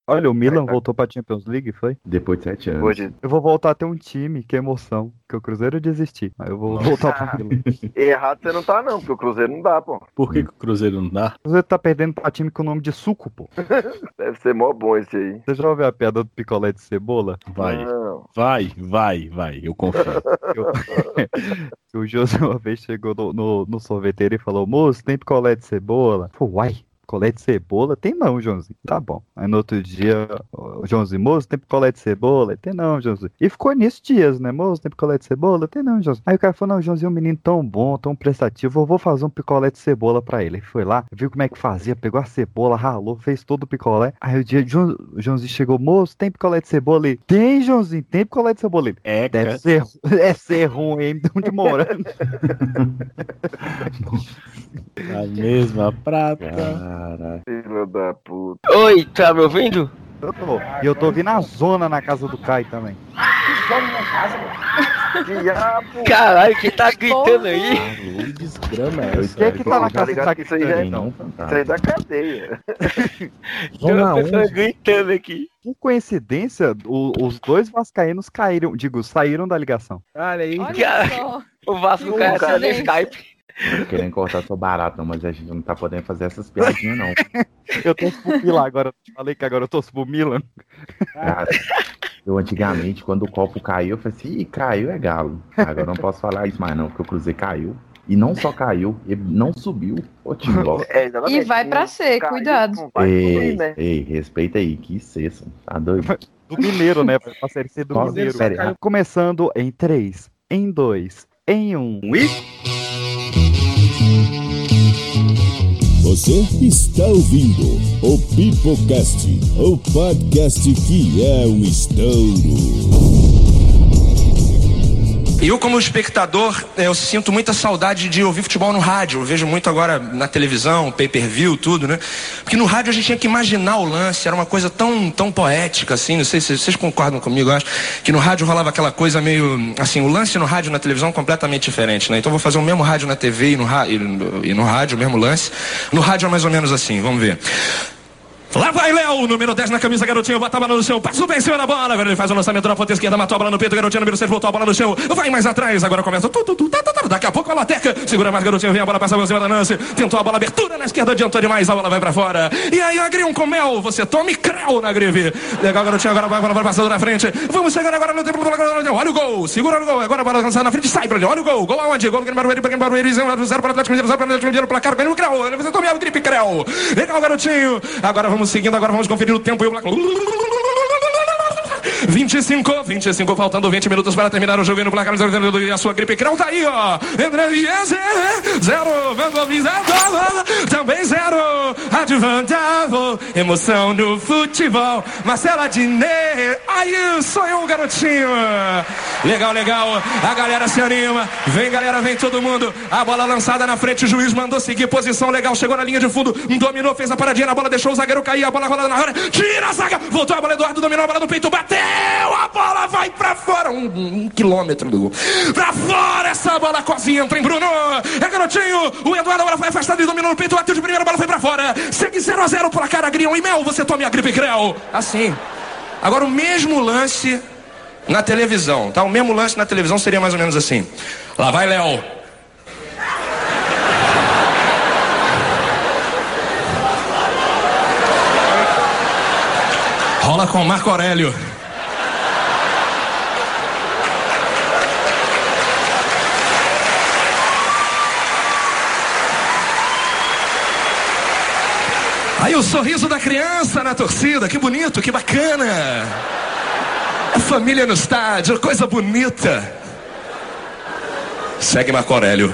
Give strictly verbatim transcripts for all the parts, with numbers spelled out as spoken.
Olha, o Milan voltou pra Champions League, foi? Depois de sete anos. Hoje. Eu vou voltar a ter um time, que emoção. Que o Cruzeiro desistir. Aí eu vou voltar pro Milan. Errado você não tá, não, porque o Cruzeiro não dá, pô. Por que, que o Cruzeiro não dá? O Cruzeiro tá perdendo pra time com o nome de suco, pô. Deve ser mó bom esse aí. Você já ouviu a piada do picolé de cebola? Vai, Não. vai, vai, vai, eu confio. Eu... o José uma vez chegou no, no, no sorveteiro e falou, moço, tem picolé de cebola? Pô, uai. Picolé de cebola? Tem não, Joãozinho. Tá bom. Aí no outro dia, o Joãozinho, moço, tem picolé de cebola? Tem não, Joãozinho. E ficou nisso dias, né? Moço, tem picolé de cebola? Tem não, Joãozinho. Aí o cara falou, não, Joãozinho é um menino tão bom, tão prestativo, eu vou fazer um picolé de cebola pra ele. Ele foi lá, viu como é que fazia, pegou a cebola, ralou, fez todo o picolé. Aí o dia, João, o Joãozinho chegou, moço, tem picolé de cebola? Ele, tem, Joãozinho, tem picolé de cebola? Ele, É, deve cara. ser, é ser ruim, de morango. A mesma prata. Caraca. Filho da puta. Oi, tá me ouvindo? Eu tô. E eu tô ouvindo a zona na casa do Caio também. Diabo. Caralho, quem tá gritando aí? Alô, desgrama é Quem essa? é que tá na Tá casa do ligado que isso aí já é, Tem não, isso aí fantasma. é da cadeia. Tem uma Zona pessoa onze. gritando aqui. Por coincidência, o- os dois vascaínos caíram, digo, saíram da ligação. Olha aí. Cara, Olha só. O Vasco Ô, caiu cara, no Skype. Tô querendo cortar sua barata, mas a gente não tá podendo fazer essas piadinhas, não. Eu torço pro Milan agora. Eu te falei que agora eu torço pro Milan. Cara, eu antigamente, quando o copo caiu, eu falei assim, ih, caiu é galo. Agora eu não posso falar isso mais não, porque o Cruzeiro caiu. E não só caiu, ele não subiu. Ô, time logo. É, exatamente. E vai pra ser, Caiu, cuidado. não vai subir, Ei, né? ei, respeita aí, que cessa. Tá doido? Do Mineiro, né? Pra série C do Qual- Mineiro. série A? Começando em três, em dois, em um. Você está ouvindo o Pipocast, o podcast que é um estouro. Eu, como espectador, eu sinto muita saudade de ouvir futebol no rádio. Eu vejo muito agora na televisão, pay-per-view, tudo, né? Porque no rádio a gente tinha que imaginar o lance, era uma coisa tão, tão poética, assim. Não sei se vocês concordam comigo, eu acho que no rádio rolava aquela coisa meio, assim, o lance no rádio e na televisão completamente diferente, né? Então eu vou fazer o mesmo rádio na T V e no, ra- e no, e no rádio, o mesmo lance. No rádio é mais ou menos assim, vamos ver. Lá vai Léo, número dez na camisa, garotinho, bota a bola no chão, passou bem em cima da bola, agora ele faz o lançamento na ponta esquerda, matou a bola no peito, garotinho, número seis, voltou a bola no chão, vai mais atrás, agora começa, tu, tu, tu, tá, tá, tá, daqui a pouco a Loteca, segura mais, garotinho, vem a bola, passa por cima da Nancy, tentou a bola, abertura na esquerda, adiantou demais, a bola vai pra fora, e aí Agrião com Mel, você tome creu na greve, legal, garotinho, agora vai, a bola vai passando na frente, vamos chegar agora no tempo, olha o gol, segura o gol, agora a bola lançada na frente, sai pra ele, olha o gol, gol aonde, gol do Grêmio Barueri, Grêmio Barueri, zero para o Atlético Mineiro, zero para o Atlético Mineiro, placar, ganhou o creu, você tome a gripe creu, legal, garotinho, agora vamos seguindo, agora vamos conferir o tempo e o placar. vinte e cinco, vinte e cinco, faltando vinte minutos para terminar o jogo e no placar e a sua gripe creu tá aí, ó. Zero, também zero, advantavo, emoção no futebol. Marcela Diné, aí sou eu, garotinho. Legal, legal, a galera se anima, vem galera, vem todo mundo, a bola lançada na frente, o juiz mandou seguir posição legal, chegou na linha de fundo, dominou, fez a paradinha na bola, deixou o zagueiro cair, a bola rolando na hora, tira a zaga, voltou a bola, Eduardo dominou a bola no peito, bateu, a bola vai pra fora, um, um quilômetro do gol, pra fora, essa bola quase entra em Bruno, é garotinho, o Eduardo agora foi afastado e dominou no peito, bateu de primeira, a bola foi pra fora, segue zero a zero, placar Agrião e Mel, você tome a gripe creu, assim, agora o mesmo lance na televisão, tá? O mesmo lance na televisão seria mais ou menos assim. Lá vai Léo. Rola com Marco Aurélio. Aí o sorriso da criança na torcida, que bonito, que bacana. A família no estádio, coisa bonita. Segue Marco Aurélio.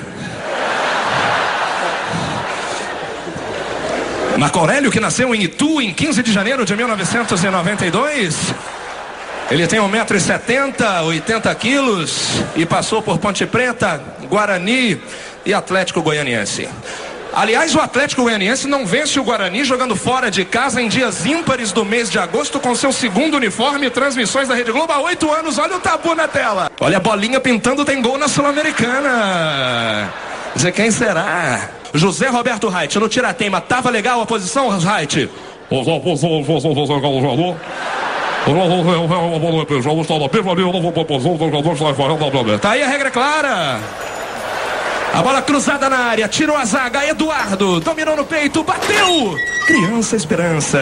Marco Aurélio, que nasceu em Itu em quinze de janeiro de mil novecentos e noventa e dois. Ele tem um metro e setenta, oitenta quilos e passou por Ponte Preta, Guarani e Atlético Goianiense. Aliás, o Atlético Goianiense não vence o Guarani jogando fora de casa em dias ímpares do mês de agosto com seu segundo uniforme e transmissões da Rede Globo há oito anos. Olha o tabu na tela. Olha a bolinha pintando, tem gol na Sul-Americana. Dizer quem será? José Roberto Reit, no tira-teima. Tava legal a posição, Reit? Tá aí a regra clara. A bola cruzada na área, tirou a zaga, Eduardo, dominou no peito, bateu! Criança Esperança.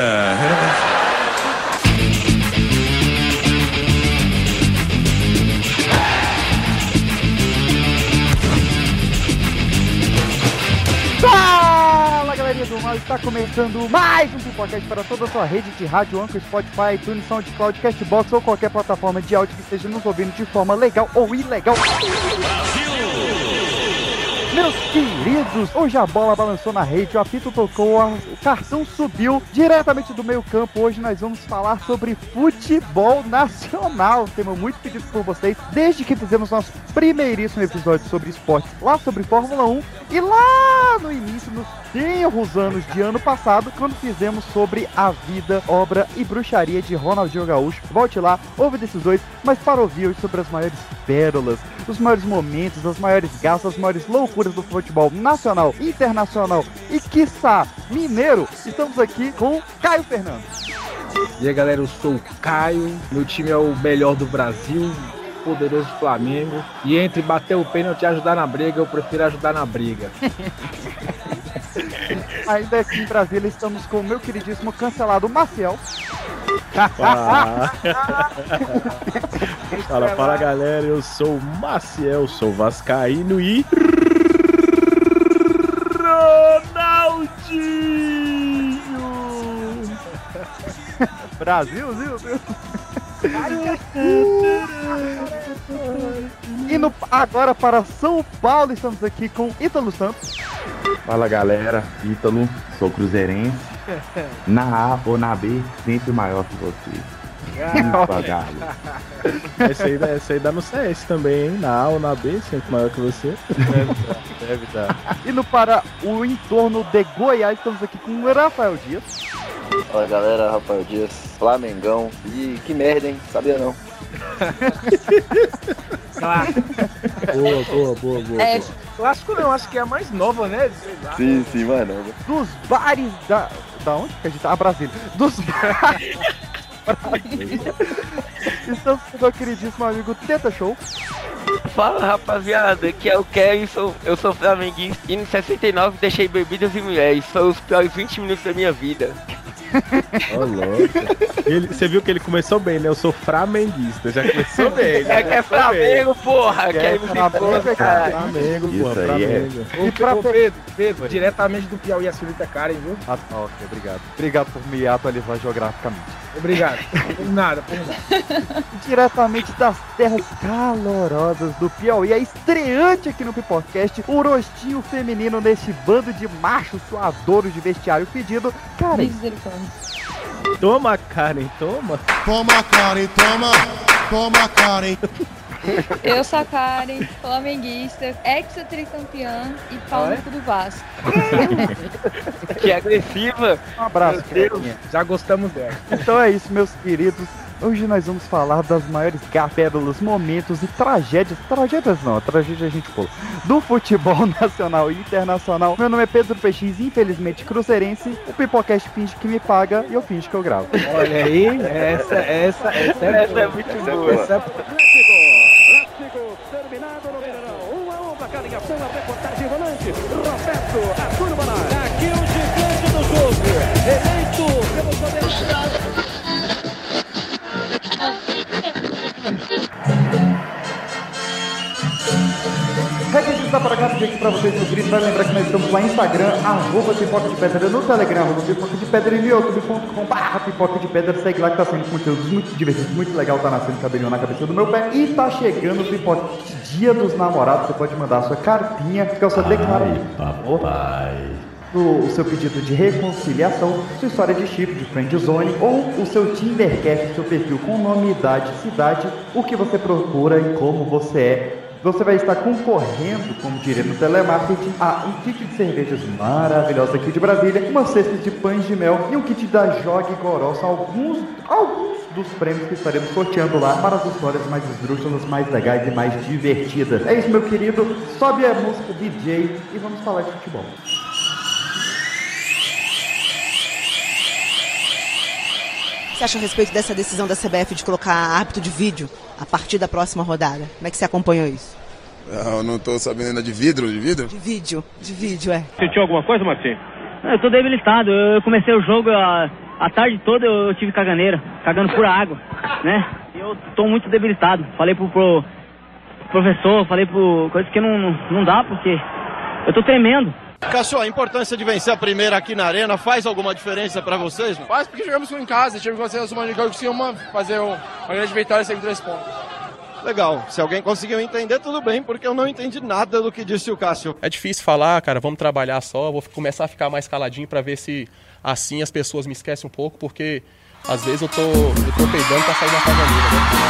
Fala, galerinha do mal, está começando mais um Pipocast para toda a sua rede de rádio, Anchor, Spotify, iTunes, SoundCloud, Castbox ou qualquer plataforma de áudio que esteja nos ouvindo de forma legal ou ilegal. Meus queridos, hoje a bola balançou na rede, o apito tocou, o cartão subiu diretamente do meio campo. Hoje nós vamos falar sobre futebol nacional, tema muito pedido por vocês, desde que fizemos nosso primeiríssimo episódio sobre esportes, lá sobre Fórmula um, e lá no início, nos tenros anos de ano passado, quando fizemos sobre a vida, obra e bruxaria de Ronaldinho Gaúcho. Volte lá, ouve desses dois, mas para ouvir hoje sobre as maiores pérolas, os maiores momentos, as maiores gastas, as maiores loucuras do futebol nacional, internacional e, quiçá, mineiro, estamos aqui com Caio Fernando. E aí, galera, eu sou o Caio, meu time é o melhor do Brasil, poderoso Flamengo, e entre bater o pênalti e ajudar na briga, eu prefiro ajudar na briga. Ainda aqui em Brasília estamos com o meu queridíssimo cancelado Maciel. Fala, fala, fala, galera, eu sou o Maciel, sou vascaíno e Ronaldinho! Brasil, Brasil, Brasil. Indo agora para São Paulo, estamos aqui com Ítalo Santos. Fala, galera, Ítalo, sou cruzeirense. Na A ou na B, sempre maior que você. Essa aí, essa aí dá no C S também, hein? Na A ou na B, sempre maior que você. Deve dar, deve dar. Indo para o entorno de Goiás, estamos aqui com o Rafael Dias. Fala, galera, Rafael Dias, Flamengão. E que merda, hein? Sabia não. Boa, boa, boa, boa. É, Clássico não, acho que é a mais nova, né? Sim, sim, mano. Dos bares da... Da onde que a gente tá? Ah, Brasília. Dos bares... Estamos com o meu queridíssimo amigo Teta Show. Fala, rapaziada, aqui é o Kevin, sou, eu sou flamenguista e em sessenta e nove deixei bebidas e mulheres. Foram os piores vinte minutos da minha vida. Ô, louco. Ele, você viu que ele começou bem, né? Eu sou flamenguista, já começou bem. É que é Flamengo, porra, que aí me Flamengo, cara. Flamengo, Isso porra, aí é- Flamengo. Ô, E pra ô, Pedro, Pedro, diretamente do Piauí, a senhorita Karen, viu? Ah, ok, obrigado. Obrigado por me atualizar geograficamente. Obrigado. Por nada, por nada. Diretamente das terras calorosas do Piauí, a estreante aqui no Pipocast, o rostinho feminino nesse bando de machos suadouros de vestiário pedido, Karen. misericórdia. Toma, Karen, toma. Toma, Karen, toma. Toma, Karen. Eu sou a Karen, flamenguista, ex-tricampeã e pau no cu do Vasco. Que agressiva. Um abraço, Meu Deus, Karinha. já gostamos dela. Então é isso, meus queridos. Hoje nós vamos falar das maiores pérolas, momentos e tragédias. Tragédias não, a tragédia a gente pula. Do futebol nacional e internacional. Meu nome é Pedro Peixes, infelizmente cruzeirense. O Pipocast finge que me paga e eu finge que eu gravo. Olha aí, essa, essa, essa é, Essa é muito boa. Essa é... Terminado no Mineirão. um a um pra cada ligação, a reportagem volante. Roberto Arturo Banal. Aqui o gigante do jogo. Eleito pelo poder. Requisitos da Paragrafa aqui pra vocês no grito. Vai lembrar que nós estamos lá no Instagram, arroba Pipoca de Pedra, no Telegram, arroba Pipoca de Pedra e no youtube ponto com barra Pipoca de Pedra. Segue lá que tá sendo conteúdos muito divertidos, muito legal, tá nascendo cabelinho na cabeça do meu pé. E tá chegando o Pipoca Dia dos Namorados. Você pode mandar a sua cartinha, que é o seu declaro. O seu pedido de reconciliação, sua história de chip, de friendzone, ou o seu Tindercast, seu perfil com nome, idade, cidade, o que você procura e como você é. Você vai estar concorrendo, como diria no telemarketing, a um kit de cervejas maravilhosa aqui de Brasília, uma cesta de pães de mel e um kit da Jogue Goró. São alguns, alguns dos prêmios que estaremos sorteando lá para as histórias mais esdrúxulas, mais legais e mais divertidas. É isso, meu querido. Sobe a música D J e vamos falar de futebol. você acha a respeito dessa decisão da C B F de colocar árbitro de vídeo a partir da próxima rodada? Como é que você acompanhou isso? Eu não tô sabendo ainda de vidro, de vidro? De vídeo, de vídeo, é. Sentiu alguma coisa, Marcinho? Eu tô debilitado, eu comecei o jogo a, a tarde toda eu tive caganeira, cagando pura água, né? E eu tô muito debilitado. Falei pro, pro professor, falei pro coisa que não, não, não dá, porque eu tô tremendo. Cássio, a importância de vencer a primeira aqui na Arena faz alguma diferença pra vocês? Não? Faz porque jogamos em casa, tive que fazer uma de jogo uma fazer uma grande vitória sem três pontos. Legal, se alguém conseguiu entender, tudo bem, porque eu não entendi nada do que disse o Cássio. É difícil falar, cara, vamos trabalhar só, vou começar a ficar mais caladinho pra ver se assim as pessoas me esquecem um pouco, porque às vezes eu tô, eu tô peidando pra sair da caganeira,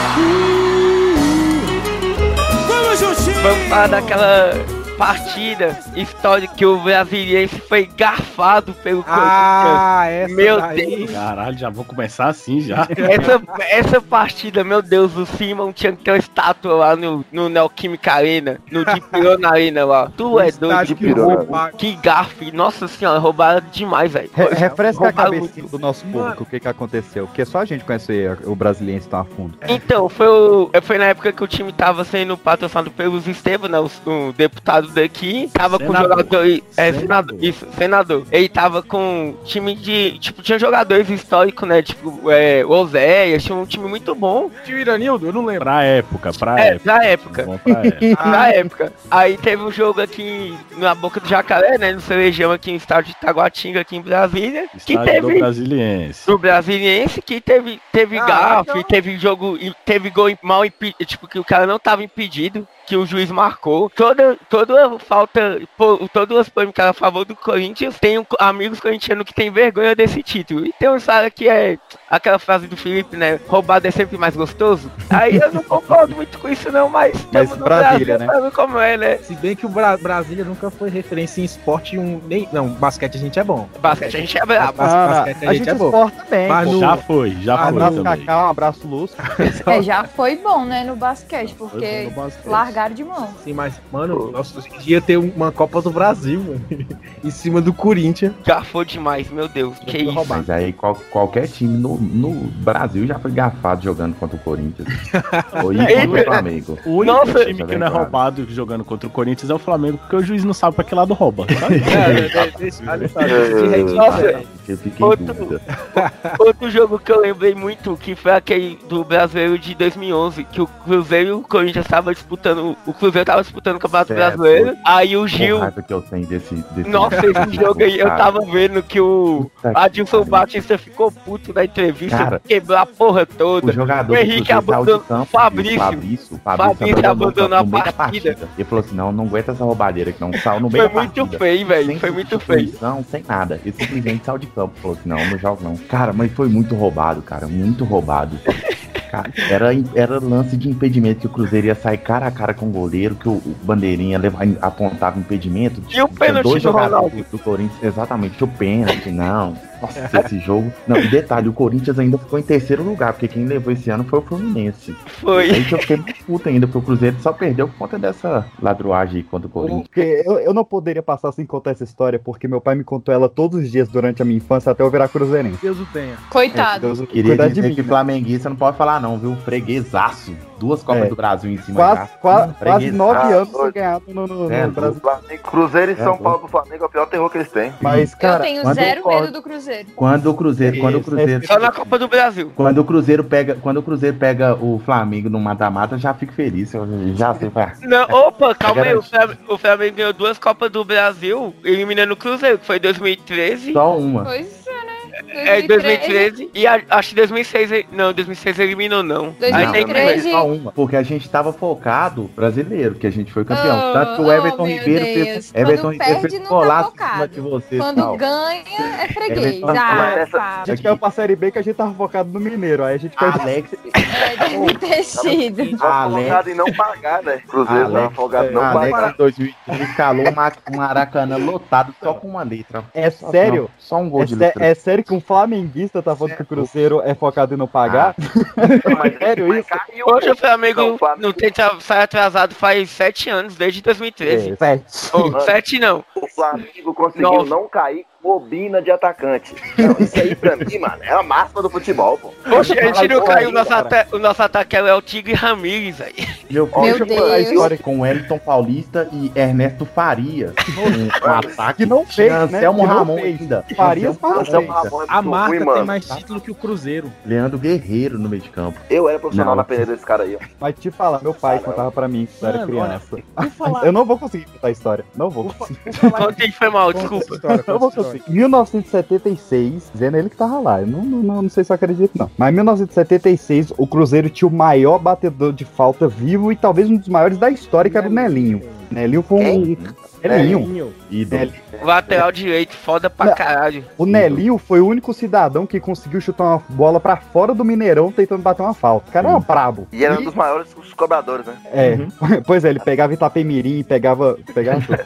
né? Vamos, Justinho! Vamos falar daquela partida histórica que o Brasiliense foi garfado pelo ah, Corinthians. Meu daí. Deus. Caralho, já vou começar assim já. Essa, essa partida, meu Deus, o Simon tinha que ter uma estátua lá no, no Neoquímica Arena, no Dipirona Arena lá. Tu é doido, que roubo, que garfe. Nossa senhora, roubaram demais, velho. Re refresca a cabeça do nosso público o que, que aconteceu, porque só a gente conhece o Brasiliense tão a fundo. Então, foi, o, foi na época que o time tava sendo patrocinado pelos Esteban, né, o, o deputado daqui, tava senador. com jogadores. É, senador. Isso, senador. Ele tava com time de. Tipo, tinha jogadores históricos, né? Tipo, é, o Oséias, tinha um time muito bom. Tinha o Iranildo, eu não lembro. Pra época, pra é, época. Pra época. Bom, pra época. Pra época. Aí teve um jogo aqui na Boca do Jacaré, né? No Cerejão aqui no estádio de Itaguatinga, aqui em Brasília. Estádio que teve. Do Brasiliense. Do Brasiliense, que teve, teve ah, garfo, então... teve jogo. Teve gol mal impedido. Tipo, que o cara não tava impedido. Que o juiz marcou. Toda, toda falta, todas as polêmicas a favor do Corinthians. Tenho amigos corintianos que têm vergonha desse título. E tem um cara que é aquela frase do Felipe, né? Roubado é sempre mais gostoso. Aí eu não concordo muito com isso, não, mas. Mas Brasília, Brasil, né? Sabe como é, né? Se bem que o Bra Brasília nunca foi referência em esporte. Um, nem, não, basquete a gente é bom. Basquete a gente é brabo. Ah, basquete a, a gente, gente é bom. Exporta bem. No... Já foi, já ah, foi. Um abraço, Cacá, um abraço, Lúcio. É, já foi bom, né? No basquete, porque largaram de mão. Sim, mas, mano, nossa, ia ter uma Copa do Brasil, mano, em cima do Corinthians. Garfou demais, meu Deus, que isso. Roubar. Mas aí qual, qualquer time no, no Brasil já foi garfado jogando contra o Corinthians. Ou contra o Flamengo. O único Nossa, time que não é claro. roubado jogando contra o Corinthians é o Flamengo, porque o juiz não sabe pra que lado rouba. Eu fiquei outro, outro jogo que eu lembrei muito, que foi aquele do Brasileiro de dois mil e onze, que o Cruzeiro e o Corinthians estavam disputando, o Cruzeiro tava disputando o Campeonato certo. Brasileiro, aí o Gil... Que eu tenho desse, desse Nossa, esse jogo aí, eu tava vendo que o Adilson Batista ficou puto na entrevista, cara, quebrou a porra toda. O jogador o Henrique abandonou, o Fabrício, Fabrício, Fabrício abandonou a partida. partida. Ele falou assim, não, não aguenta essa roubadeira que não saiu no meio da partida. Foi muito feio, velho, foi muito feio. Não, sem nada, ele simplesmente saiu de campo, falou assim, não, não jogo não. Cara, mas foi muito roubado, cara, muito roubado. Cara, era, era lance de impedimento que o Cruzeiro ia sair cara a cara com o goleiro, que o, o Bandeirinha leva, apontava impedimento. E o pênalti dois do jogadores Ronaldo. Do Corinthians, exatamente, o pênalti, não. Nossa, esse jogo... Não, detalhe, o Corinthians ainda ficou em terceiro lugar, porque quem levou esse ano foi o Fluminense. Foi. Aí que eu fiquei muito puto ainda, porque o Cruzeiro só perdeu por conta dessa ladruagem aí contra o Corinthians. Porque eu, eu não poderia passar sem contar essa história, porque meu pai me contou ela todos os dias durante a minha infância até eu virar cruzeirense. Deus o tenha. Coitado. É, Deus o queria dizer de mim, que né? Flamenguista não pode falar não, viu? Freguesaço. Duas Copas é. do Brasil em cima quase, já. Quase, quase nove anos foi ganhado no, no, é, no Brasil. Cruzeiro e São é, Paulo do Flamengo é o pior terror que eles têm. Mas, cara, eu tenho zero medo do Cruzeiro. Quando o Cruzeiro, quando o Cruzeiro... Só na Copa do Brasil. Quando o Cruzeiro pega, quando o Cruzeiro pega o Flamengo no mata-mata, eu já fico feliz. Eu já sei, vai. Não, opa, calma aí. O Flamengo, o Flamengo ganhou duas Copas do Brasil eliminando o Cruzeiro, que foi em dois mil e treze. Só uma. Pois é, né? É, dois mil e treze e a, acho que dois mil e seis, não, dois mil e seis eliminou não. dois mil e treze Só uma, porque a gente tava focado brasileiro, que a gente foi campeão. Oh, Tanto que o Everton oh, Ribeiro Deus. fez, Everton Quando Ribeiro perde, fez não golaço tá em cima de vocês. Quando tal. ganha, é freguês. Everton, Ah, essa, a gente caiu pra Série B que a gente tava focado no Mineiro, aí a gente perdeu. Alex, é, deve ter sido. Alex, em não pagar, né? Cruzeiro Alex, não folgado é, não Alex pagar. em dois mil e treze escalou uma, um Maracanã lotado só com uma letra. É sério? Só um gol é de sé letra. É sério que um flamenguista tá falando que o Cruzeiro é focado em não pagar? Ah. Mas, sério isso? Hoje o Flamengo não, Flamengo... não tem sai atrasado faz sete anos, desde dois mil e treze. É, sete. Oh, sete não. O Flamengo conseguiu Nossa. não cair bobina de atacante. Não, isso aí pra mim, mano, é a máxima do futebol, pô. Poxa, a gente não caiu, o nosso, ata- o nosso ataque é o Tigre Ramírez, velho. Meu, Meu deixa eu Deus. contar a história com o Wellington Paulista e Ernesto Farias. Um, um ataque Que não fez, né? Anselmo Que não Ramon fez. ainda. Farias, Anselmo mas Anselmo Ramon. Ramon é A muito marca ruim, tem mano. mais título que o Cruzeiro. Leandro Guerreiro no meio de campo. Eu era profissional Não. na peneira desse cara aí, ó. Mas te falar, meu pai Ah, não. contava pra mim quando eu era Mano, criança. Vou falar. Eu não vou conseguir contar a história. Não vou conseguir. Ontem foi mal, desculpa. Não vou conseguir. mil novecentos e setenta e seis, dizendo ele que tava lá. Eu não, não, não, não sei se eu acredito, não. Mas em mil novecentos e setenta e seis, o Cruzeiro tinha o maior batedor de falta vivo e talvez um dos maiores da história, que era o Nelinho. Nelinho foi um. Nelinho. Ídolo. Lateral direito, foda pra Não. caralho. O Nelinho foi o único cidadão que conseguiu chutar uma bola pra fora do Mineirão tentando bater uma falta. O cara era brabo. E era um dos maiores dos cobradores, né? É, pois é, ele pegava Itapemirim, pegava, pegava tudo.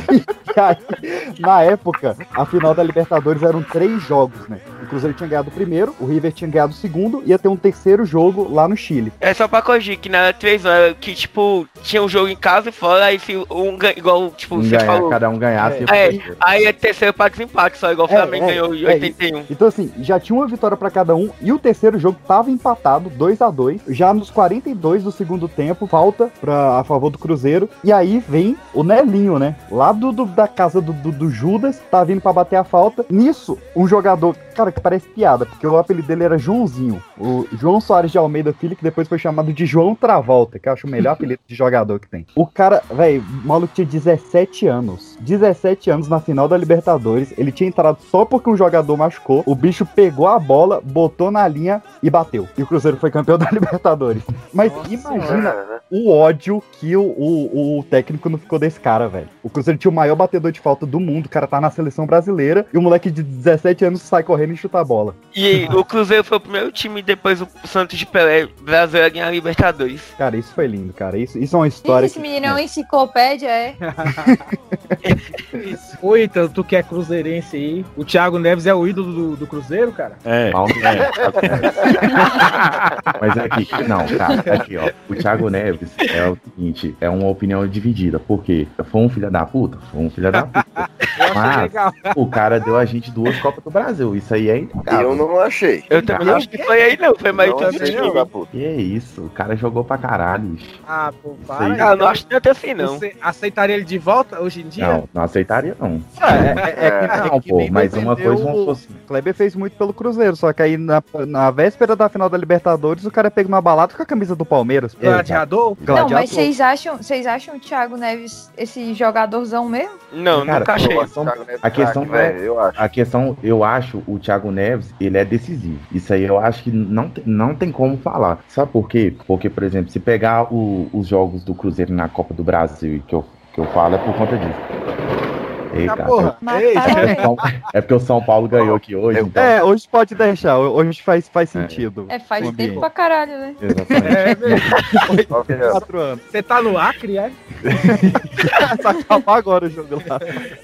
E aí, na época, a final da Libertadores eram três jogos, né? O Cruzeiro tinha ganhado o primeiro, o River tinha ganhado o segundo, ia ter um terceiro jogo lá no Chile. É só pra corrigir, que na três anos, que tipo, tinha um jogo em casa e fora, aí se um ganha, igual, tipo, Um você ganhar, falou. cada um ganhasse. É, aí é terceiro pra desempate, só igual o É, Flamengo é, ganhou em é, oitenta e um. Então, assim, já tinha uma vitória pra cada um e o terceiro jogo tava empatado, dois a dois. Já nos quarenta e dois do segundo tempo, falta pra, a favor do Cruzeiro. E aí vem o Nelinho, né? Lá do, do- da casa do, do- do Judas, tá vindo pra bater a falta. Nisso, um jogador, cara, que parece piada, porque o apelido dele era Joãozinho. O João Soares de Almeida Filho, que depois foi chamado de João Travolta, que eu acho o melhor apelido de jogador que tem. O cara, velho, o maluco tinha dezessete anos. dezessete anos na final da Libertadores. Ele tinha entrado só porque um jogador machucou. O bicho pegou a bola, botou na linha e bateu. E o Cruzeiro foi campeão da Libertadores. Mas imagina o ódio que o, o, o técnico não ficou desse cara, velho. O Cruzeiro tinha o maior batedor de falta do mundo. O cara tá na seleção brasileira. E o moleque de dezessete anos sai correndo e chuta a bola. E o Cruzeiro foi o primeiro time, depois o Santos de Pelé brasileiro a ganhar a Libertadores. Cara, isso foi lindo, cara. Isso, isso é uma história. Esse menino é uma enciclopédia, é? Oi, então, tu que é cruzeirense aí. O Thiago Neves é o ídolo do, do Cruzeiro, cara? É. Mas aqui, não, cara, aqui, ó. O Thiago Neves é o seguinte, é uma opinião dividida. Por quê? Foi um filho da puta? Foi um filho da puta. Mas o cara deu a gente duas Copas do Brasil. Isso aí é inegável. Eu não achei. Eu também não acho que foi aí, não. Foi mais Não tanto achei, time. filho da puta. Que isso, o cara jogou pra caralho. bicho. Ah, pô, Isso para. aí. então. Ah, não acho tanto assim, não. Você aceitaria ele de volta hoje em dia? Não, não aceitaria não. É, é, é, Não, que pô, nem mas uma defendeu coisa vamos o- supor assim. O Kleber fez muito pelo Cruzeiro, só que aí na, na véspera da final da Libertadores, o cara pega uma balada com a camisa do Palmeiras. Gladiador? Não, Gladiador. mas vocês acham, vocês acham o Thiago Neves esse jogadorzão mesmo? Não, Cara, nunca achei. a questão, a questão não é, eu acho. a questão, eu acho, o Thiago Neves, ele é decisivo. Isso aí eu acho que não, tem- não tem como falar. Sabe por quê? Porque, por exemplo, se pegar o- os jogos do Cruzeiro na Copa do Brasil, que eu, que eu falo, é por conta disso. Ei, Ah, cara, porra. Ei, é, porque o São- é porque o São Paulo ganhou aqui hoje, então. É, hoje pode deixar, hoje faz, faz sentido. É, faz o tempo ambiente. pra caralho, né? Exatamente. É mesmo. Quatro anos. Você tá no Acre, é? Só acabar agora o jogo lá.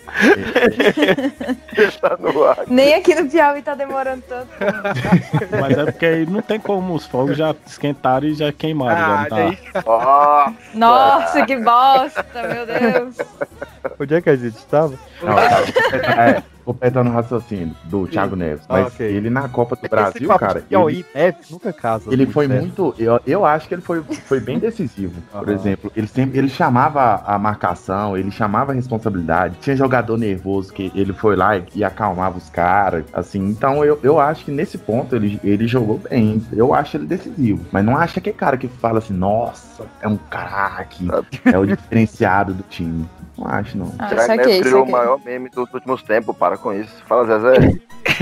Tá no ar. Nem aqui no Piauí tá demorando tanto. Mas é porque aí não tem como os fogos já esquentaram e já queimaram. já Ah, não tá... daí. Ó, Nossa, que bosta, meu Deus. Onde é que a gente estava? Não, cara, é, completando o raciocínio do Thiago Neves. Ah, Mas ok. ele na Copa do Esse Brasil, papo cara. de Piauí, Ele, Neves, nunca casa. ele foi certo. muito. Eu, eu acho que ele foi, foi bem decisivo. Por Aham. exemplo, ele sempre ele chamava a marcação, ele chamava a responsabilidade. Tinha jogador nervoso que ele foi lá e, e acalmava os caras. Assim, então eu, eu acho que nesse ponto ele, ele jogou bem. Eu acho ele decisivo. Mas não acho aquele cara que fala assim, nossa, é um craque, é o diferenciado do time. Não acho, não. Ah, Thiago saquei, Neves criou o saquei. maior meme dos últimos tempos. Para com isso. Fala, Zezé.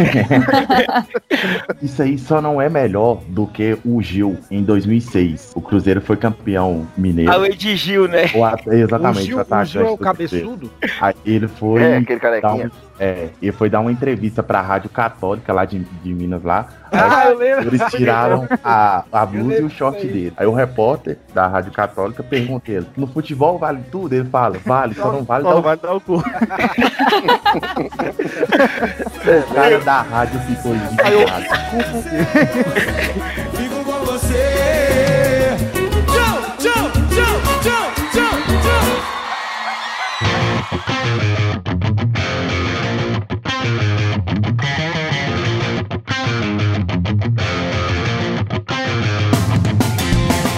Isso aí só não é melhor do que o Gil em dois mil e seis. O Cruzeiro foi campeão mineiro. A lei de Gil, né? O at- exatamente, O Gil, o o atacante Gil é o do Cruzeiro. cabeçudo? Aí ele foi. É, aquele dar carequinha. um- é, ele foi dar uma entrevista pra Rádio Católica lá de, de Minas lá. Ah, eu lembro. Eles tiraram a, a blusa e lembro o short disso aí. dele. Aí o repórter da Rádio Católica pergunta ele: no futebol vale tudo? Ele fala: vale, só não vale Só dar não o vai dar o cu. O cara da rádio ficou indignado. Fico com você. Tchau, tchau, tchau, tchau, tchau, tchau.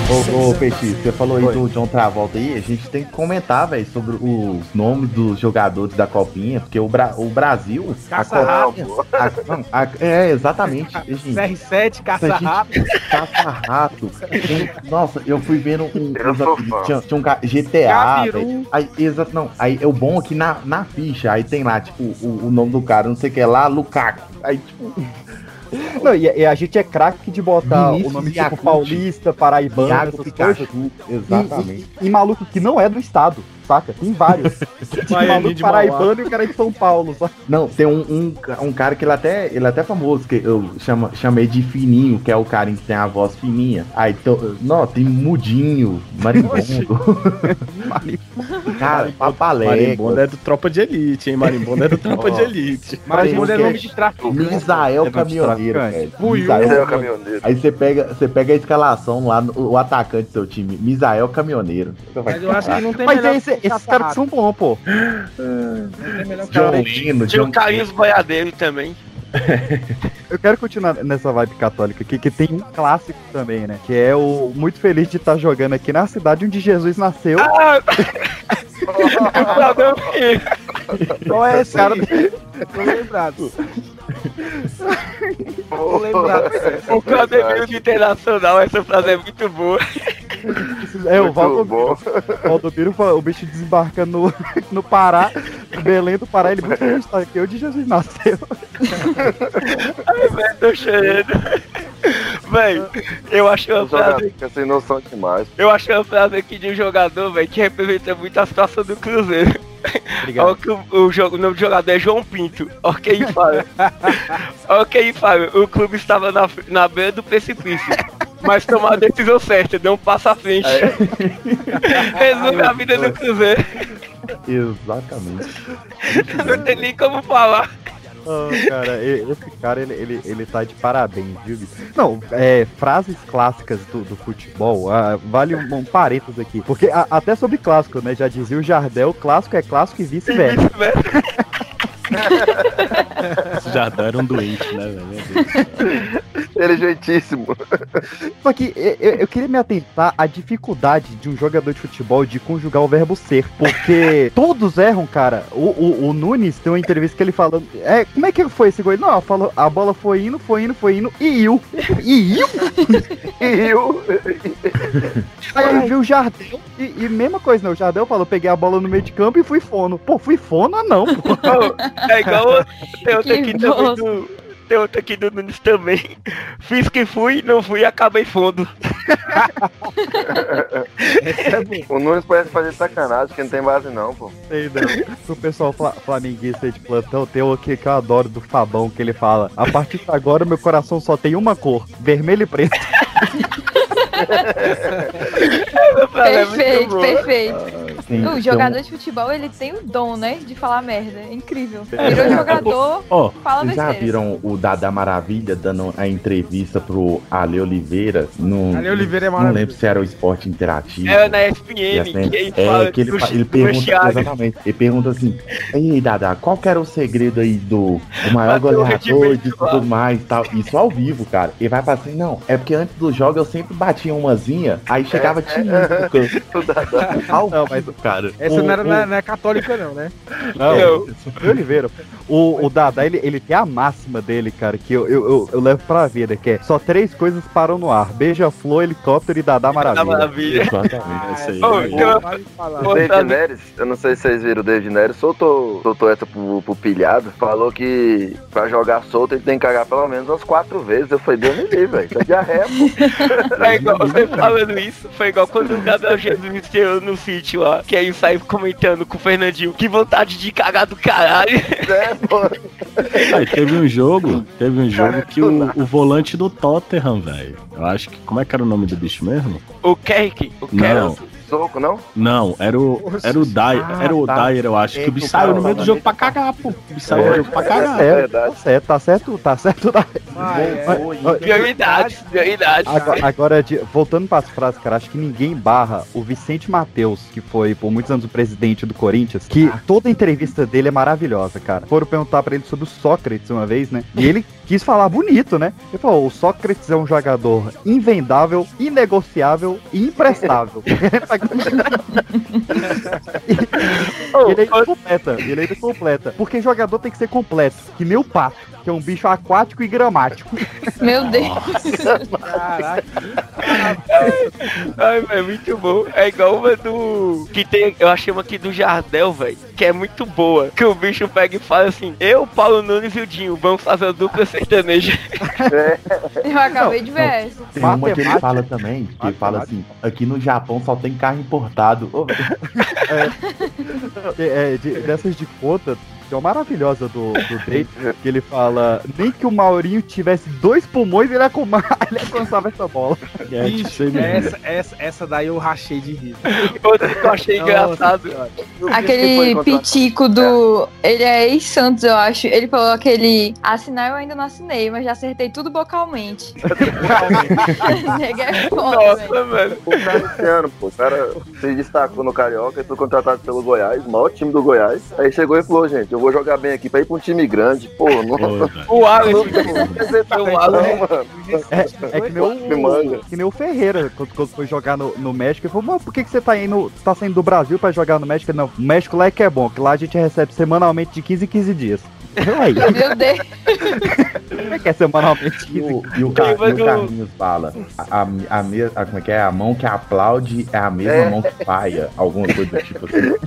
Ô, ô Peixe, você falou aí do John Travolta aí, a gente tem que comentar, velho, sobre os nomes dos jogadores da Copinha, porque o, Bra o Brasil... Caça-rato. É, exatamente. C R sete, caça-rato. Caça-rato. Nossa, eu fui vendo um... um tinha, tinha um G T A, velho. Aí, exato, não. Aí é o bom aqui na, na ficha, aí tem lá, tipo, o, o nome do cara, não sei o que lá, Lukaku. Aí, tipo... Não, e, e a gente é craque de botar Vinícius o nome tipo Yakult. Paulista, Paraibano, Iago essas Pikachu, coisas. exatamente. E, e, e maluco que não é do estado, saca? Tem vários. Tem maluco paraibano e o cara é de São Paulo, saca? Não, tem um, um, um cara que ele até, ele é até famoso, que eu chamo, chamei de Fininho, que é o cara que tem a voz fininha. Aí, então, não, tem Mudinho, Marimbondo. Cara, Papalé. Marimbondo é do Tropa de Elite, hein? Marimbondo é do Tropa de Elite. Marimbondo é nome de tráfico. Misael Caminhoneiro, velho. Misael Caminhoneiro. Aí você pega, você pega a escalação lá, no, o atacante do seu time, Misael Caminhoneiro. Mas eu acho que não tem Mas melhor esse, esses caras são bons, pô. Não tem melhor que John o Lino, Tinha John o Carlinhos Boiadeiro também. Eu quero continuar nessa vibe católica aqui, que tem um clássico também, né? Que é o muito feliz de estar jogando aqui na cidade onde Jesus nasceu. Ah! Qual é esse cara? Tô lembrado. Tô lembrado. O Claudemiro de Internacional, essa frase é muito boa. É, o Valdomiro, Valdomiro, o bicho desembarcando no, no Pará, Belém do Pará, ele muito feliz de estar aqui onde Jesus nasceu. Ai, velho, tô chorando. Velho, eu achei uma frase. Fica sem noção demais. Eu achei uma frase aqui de um jogador, velho, que representa muito a situação do Cruzeiro. Olha que o, o, jogo, o nome do jogador é João Pinto. Olha que ele fala. Olha que ele fala. O clube estava na, na beira do precipício, mas tomou a decisão certa, deu um passo à frente. Resume a vida do Cruzeiro. Exatamente. Não tem nem como falar. Oh, cara, esse cara, ele, ele, ele tá de parabéns, viu? Não, é, frases clássicas do, do futebol, ah, vale um, um parênteses aqui. Porque a, até sobre clássico, né? Já dizia o Jardel, clássico é clássico e vice-versa. Esse Jardel era um doente, né, velho? Inteligentíssimo. Só que eu, eu queria me atentar à dificuldade de um jogador de futebol de conjugar o verbo ser. Porque todos erram, cara. O, o, o Nunes tem uma entrevista que ele fala. É, como é que foi esse gol? Não, falou, a bola foi indo, foi indo, foi indo. E eu. E eu? E eu? Aí ele viu o Jardel. E, e mesma coisa, né? O Jardel falou: peguei a bola no meio de campo e fui fono. Pô, fui fono ou não? Pô. É igual. Tem outra aqui também do. Tem outra aqui do Nunes também. Fiz que fui, não fui e acabei fundo. O Nunes parece fazer sacanagem, que não tem base não, pô. Sei não. O pessoal fla flamenguista de plantão tem o que, que eu adoro do Fabão, que ele fala: a partir de agora meu coração só tem uma cor, vermelho e preto. Perfeito, perfeito. Sim, O jogador de futebol, ele tem o dom, né, de falar merda. É incrível. Virou jogador, oh, fala vocês já besteira. viram o Dada Maravilha dando a entrevista pro Ale Oliveira? No, Ale Oliveira é não maravilhoso. lembro se era o Esporte Interativo. Era na S P M, E assim, que ele é, fala que ele, do, fa- ele do pergunta, vestiário. exatamente, ele pergunta assim: ei, Dada, qual que era o segredo aí do, do maior Bateu o goleador e rendimento lá. tudo mais e tal? Isso ao vivo, cara. Ele vai falar assim: não, é porque antes do jogo eu sempre batia umazinha, aí chegava tinindo no campo. Ao Não, mas, vivo, cara. Essa O- não, era, o- não é- não é católica, não, né? Não, Eu. o Oliveira. O, o Dada, ele, ele tem a máxima dele, cara, que eu, eu, eu, eu levo pra vida, que é só três coisas param no ar: beija-flor, helicóptero e Dada Maravilha. Maravilha. Exatamente. Esse aí. Ô, aí. tem uma- Vale falar. Ô, O David Davi. Neres, eu não sei se vocês viram, o David Neres soltou, soltou essa pro, pro pilhado, falou que pra jogar solto ele tem que cagar pelo menos umas quatro vezes. Eu falei, Deus me livre, velho, tá diarreia, pô. É igual você falando isso, foi igual quando o Gabriel Jesus estreou no sítio lá, que aí saiu comentando com o Fernandinho, que vontade de cagar do caralho. É, pô. Aí teve um jogo, teve um jogo que o, o volante do Tottenham, velho. Eu acho que. Como é que era o nome do bicho mesmo? O Kerk, o Não. Kerk. Soco, não? Não, era o. Era o Dyer, Ah, era o tá. Dyer, eu acho. É que o que bicho o cara saiu no meio do tava jogo meio- pra cagar, pô. O bicho saiu É. no jogo pra Tá cagar. certo, tá certo, tá certo, tá certo. Tá... Vai, é. Mas- Prioridade, prioridade. Agora, agora, de- voltando para as frases, cara, acho que ninguém barra o Vicente Mateus, que foi por muitos anos o presidente do Corinthians, que toda entrevista dele é maravilhosa, cara. Foram perguntar pra ele sobre o Sócrates uma vez, né? E ele quis falar bonito, né? Ele falou, o Sócrates é um jogador invendável, inegociável e imprestável. e, ele ainda completa, ele ainda completa. Porque jogador tem que ser completo, que nem o pato, que é um bicho aquático e gramático. Meu Deus. Caraca. Ai, velho, muito bom. É igual uma do... Que tem, eu achei uma aqui do Jardel, velho, que é muito boa. Que o bicho pega e fala assim, eu, Paulo Nunes e o Dinho, vamos fazer a dupla sertaneja. Eu acabei de ver essa. Tem uma que ele fala também, que ele fala assim, aqui no Japão só tem carro importado. Ô, é, é, de, dessas de conta, tem uma maravilhosa do, do Date, que ele fala, nem que o Maurinho tivesse dois pulmões, ele, acuma, ele alcançava essa bola. É, Ixi, essa, essa, essa daí eu rachei de rir. Outra que eu achei engraçado. Aquele pitico do... Ele é ex-Santos, eu acho. Ele falou aquele... Assinar eu ainda não assinei, mas já acertei tudo vocalmente. é foda, Nossa, velho. O cara esse ano, pô, o cara se destacou no Carioca e foi contratado pelo Goiás, o maior time do Goiás. Aí chegou e falou, gente, eu vou jogar bem aqui pra ir pra um time grande. Pô, não... O Alex, o Alex, mano. É, é que, nem o, que nem o Ferreira, quando, quando foi jogar no, no México, ele falou, mas por que, que você tá indo, tá saindo do Brasil pra jogar no México? Não, o México lá é que é bom, que lá a gente recebe semanalmente de quinze em quinze dias. Aí. Meu Deus. Como é que é semanalmente? E o, e o, Car, e o Carlinhos fala, a, a, a, me, a, como é que é? A mão que aplaude é a mesma é. mão que paia. Alguma coisa do tipo assim.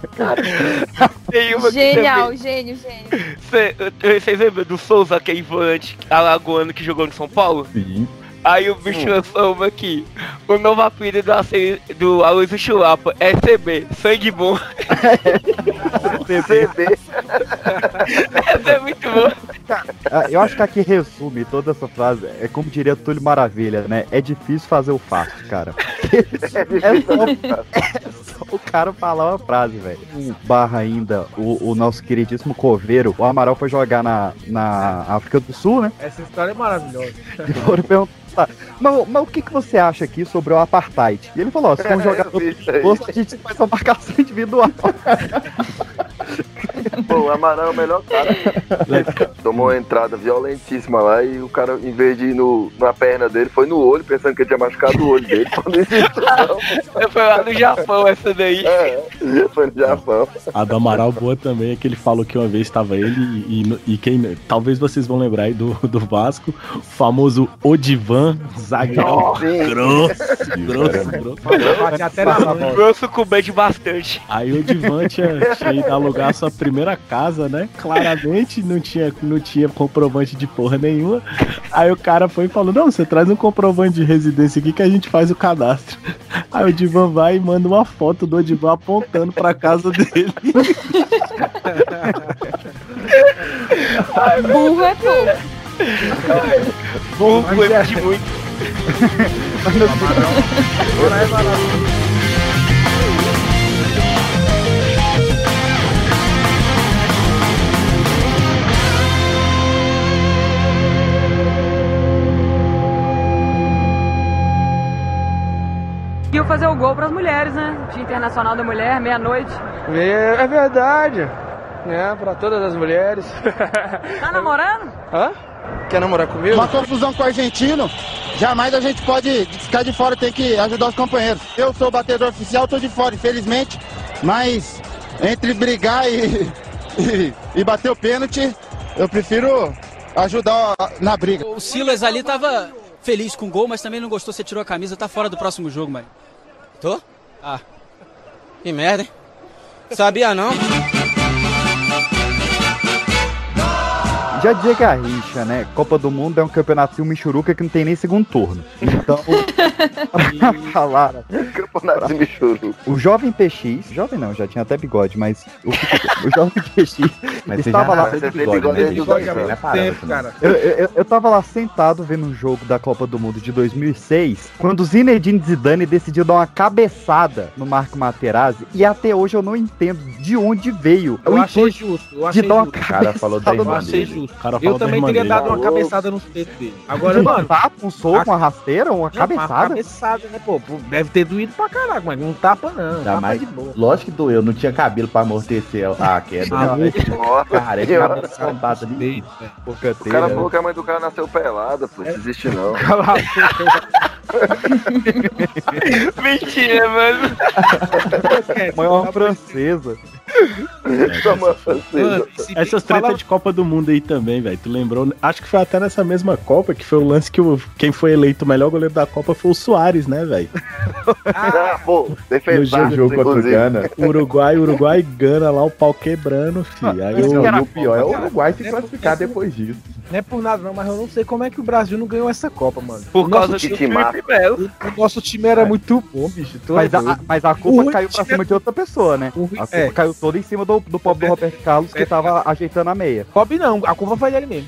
Genial, gênio, gênio. Vocês lembram do Souza, aquele volante alagoano que jogou no São Paulo? Sim. Aí o bicho hum. lançou uma aqui. O novo apelido do, do Aloysio Chulapa é C B, sangue bom. C B. Essa é muito boa. Eu acho que aqui resume toda essa frase. É como diria Túlio Maravilha, né? É difícil fazer o fácil, cara. É só, é só o cara falar uma frase, velho. Barra ainda o, o nosso queridíssimo Coveiro. O Amaral foi jogar na, na África do Sul, né? Essa história é maravilhosa. E foram perguntar, mas, mas o que, que você acha aqui sobre o Apartheid? E ele falou, ó, se for um jogador perigoso, a gente faz uma marcação individual. Pô, o Amaral é o melhor cara. Tomou uma entrada violentíssima lá e o cara, em vez de ir no, na perna dele, foi no olho, pensando que ele tinha machucado o olho dele. Foi lá no Japão essa daí. É, foi no Japão. A do Amaral boa também é que ele falou que uma vez estava ele e, e, e quem, talvez vocês vão lembrar aí do, do Vasco, o famoso Odivan, zagueiro grosso, grosso, grosso. Grosso com bem de bastante. Aí o Odivan tinha, tinha ido alugar a sua primeira casa, né? Claramente não tinha, não tinha comprovante de porra nenhuma. Aí o cara foi e falou, não, você traz um comprovante de residência aqui que a gente faz o cadastro. Aí o Odivan vai e manda uma foto do Odivan apontando pra casa dele. Burro é pouco. Burro é de muito. E eu fazer o gol pras mulheres, né? Dia Internacional da Mulher, meia-noite. É, é verdade, né? Pra todas as mulheres. Tá namorando? Hã? Quer namorar comigo? Uma confusão com o argentino, jamais a gente pode ficar de fora, tem que ajudar os companheiros. Eu sou o batedor oficial, tô de fora, infelizmente, mas entre brigar e, e, e bater o pênalti, eu prefiro ajudar na briga. O Silas ali tava feliz com o gol, mas também não gostou, você tirou a camisa, tá fora do próximo jogo, mano. Tô? Ah, que merda, hein? Sabia não? Já dizia Garrincha, né? Copa do Mundo é um campeonato Michuruca que não tem nem segundo turno. Então, pra falar... Campeonato Michuruca. O jovem P X... Jovem não, já tinha até bigode, mas... O, o jovem P X mas estava lá... Você tem bigode, bigode, né? bigode, bigode, bigode é tempo, cara. Eu, eu, eu tava lá sentado vendo um jogo da Copa do Mundo de dois mil e seis, quando o Zinedine Zidane decidiu dar uma cabeçada no Marco Materazzi, e até hoje eu não entendo de onde veio. Eu achei justo, eu achei de dar uma justo. O cara falou da irmã achei dele. justo. Cara eu também teria dele. dado uma cabeçada nos peitos dele. Agora, um mano... tapa, um soco, uma rasteira, uma não, cabeçada? Uma cabeçada, né, pô? Deve ter doído pra caraca, mas não tapa não. Dá tapa mais, de boa. lógico que doeu, não tinha cabelo pra amortecer a queda. Ah, né? Nossa, Cara, é que senhora. a contato ali. O cara falou que a mãe do cara nasceu pelada, pô. Não existe não. Cala a Mentira, mano. Mãe é uma francesa. Mano, essas tretas de Copa do Mundo aí também, velho. Tu lembrou? Acho que foi até nessa mesma Copa que foi o lance que o, quem foi eleito o melhor goleiro da Copa foi o Soares, né, velho? Ah, pô, No defensável, jogo contra o inclusive. Gana. Uruguai, Uruguai e Gana lá, o pau quebrando, filho. Aí Não, o, e o pior é o Uruguai se classificar depois disso. Não é por nada não, mas eu não sei como é que o Brasil não ganhou essa Copa, mano. Por O causa nosso do time- Felipe Melo. O nosso time era muito bom, bicho. Tu é Mas a, doido. mas a O culpa ruim caiu do pra time cima de outra pessoa, né? O ruim- A culpa é. caiu toda em cima do, do pobre do Roberto Carlos que tava ajeitando a meia. Cobb não, a culpa foi dele mesmo.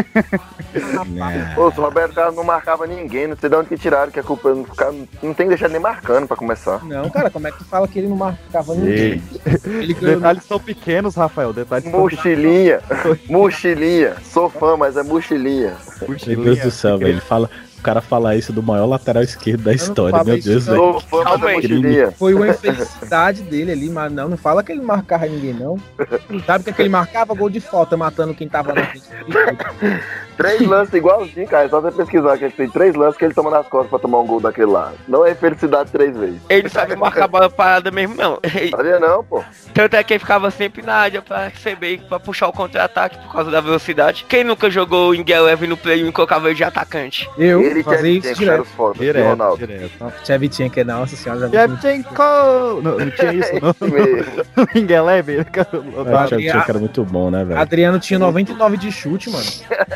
Pô, se o Roberto Carlos não marcava ninguém, não sei de onde que tiraram, que a culpa não, não tem que deixar nem marcando pra começar. Não, cara, como é que tu fala que ele não marcava ninguém? Ei. Ele ganhou. Detalhes são pequenos, Rafael. Detalhes são Mochilinha, mochilinha, sou fã, mas é mochilinha. Meu Deus do céu, velho. Ele fala, o cara falar isso do maior lateral esquerdo da história, falo meu isso, Deus, não. velho. Sou fã, mas é mochilinha. Foi uma infelicidade dele ali, mas não, não fala que ele marcava ninguém, não. Sabe o que, é que ele marcava? Gol de falta, matando quem tava na frente. Três lances igualzinho, cara. É só você pesquisar que ele tem três lances que ele toma nas costas pra tomar um gol daquele lá. Não é infelicidade três vezes. Ele sabe marcar a bola parada mesmo, não. Sabia não, pô. Tanto é que ele ficava sempre na área pra receber, pra puxar o contra-ataque por causa da velocidade. Quem nunca jogou em Gueleve no play e colocava ele de atacante? Eu Ele fazia tinha isso que direto. os fotos de Direto, Ronaldo. direto. Tchevchenko, que nossa senhora. já vi muito. Shevchenko! Não, não tinha isso, não. Esse mesmo. Ninguém leve. O Shevchenko era muito bom, né, velho? Adriano tinha noventa e nove de chute, mano.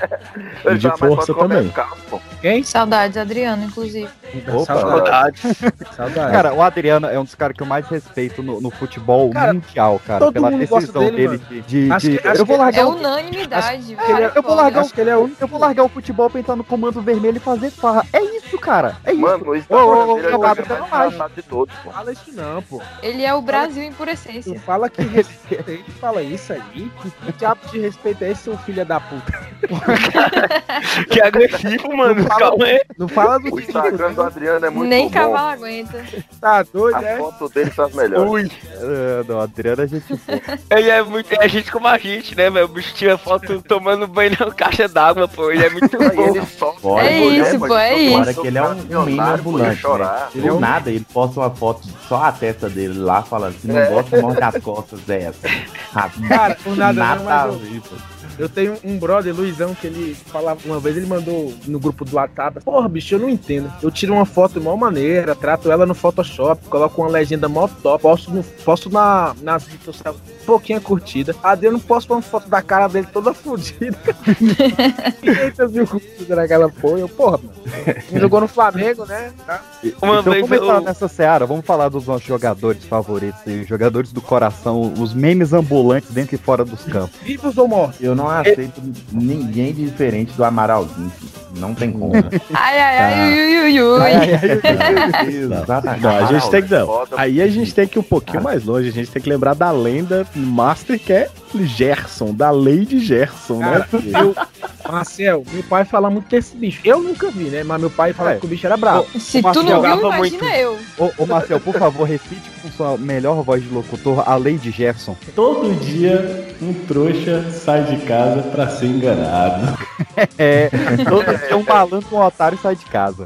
E de tava mais força forte que o também. Roberto Carlos, pô. Quem? Saudades, Adriano, inclusive. Opa. Saudade. Saudade. Cara, o Adriano é um dos caras que eu mais respeito no, no futebol Cara, mundial, cara. todo Pela mundo gosta decisão dele, dele mano. de. de- Acho de- que- acho eu vou que- largar É o- unanimidade. É, cara, eu vou foda. largar o Acho que ele é o único. Eu vou largar o futebol pra entrar no comando vermelho e fazer farra. É isso, cara. É isso. Mano, o Ô, ô, Instagram ô, dele é o acabado, cara não mais acho. engraçado de todos, pô. Fala isso não, pô. Ele é o Brasil em pura Tu essência. fala que respeita ele, fala isso aí. Que diabo de respeito é esse, seu filho da puta? Que agressivo, mano. Calma aí. Não fala do O Instagram do Adriano é muito Nem bom. cavalo aguenta. Tá doido, A é? foto dele faz melhor. Ui. É, não, Adriano é gente boa. Ele é muito. É gente como a gente, né, velho? O bicho tira foto tomando banho na caixa d'água, pô. Ele é muito Aí bom. ele sofre. Fora É que- isso, pô, é Fora isso. que ele é um, um meme ambulante, né? Ele é Do um- nada, ele posta uma foto de só a testa dele lá, falando, se não É. gosta, morde as costas dessa. Ah, Cara, por nada não, nada mas a eu- ver, pô. Eu tenho um brother, Luizão, que ele falava uma vez, ele mandou no grupo do WhatsApp. Porra, bicho, eu não entendo. Eu tiro uma foto de maior maneira, trato ela no Photoshop, coloco uma legenda mó top, posto, no, posto na, nas redes sociais, pouquinha curtida. Adriano posta uma foto da cara dele toda fodida. quinhentas mil curtidas naquela porra. Eu, porra, mano. Ele jogou no Flamengo, né? Tá? Uma então vez vamos entrar eu- nessa seara, vamos falar dos nossos jogadores favoritos, aí, os jogadores do coração, os memes ambulantes dentro e fora dos campos. Vivos ou mortos? Eu não aceito ninguém diferente do Amaralzinho, filho. Não tem como. Né? Ai, ai, ai, Tá. ui, ui, ui. Ai, ai, ai, Exatamente. Não, a gente tem que. Não. Foda. Aí a gente tem que ir um pouquinho mais longe. A gente tem que lembrar da lenda master que é Gerson, da Lady Gerson, né? Cara, eu, Marcel, meu pai fala muito desse bicho. Eu nunca vi, né? Mas meu pai fala É. que o bicho era bravo. Se Mas tu não jogava viu, muito. imagina eu. Ô, ô Marcel, por favor, recite com sua melhor voz de locutor a lei de Jefferson. Todo dia um trouxa sai de casa pra ser enganado. É, todo dia um malandro, um otário sai de casa.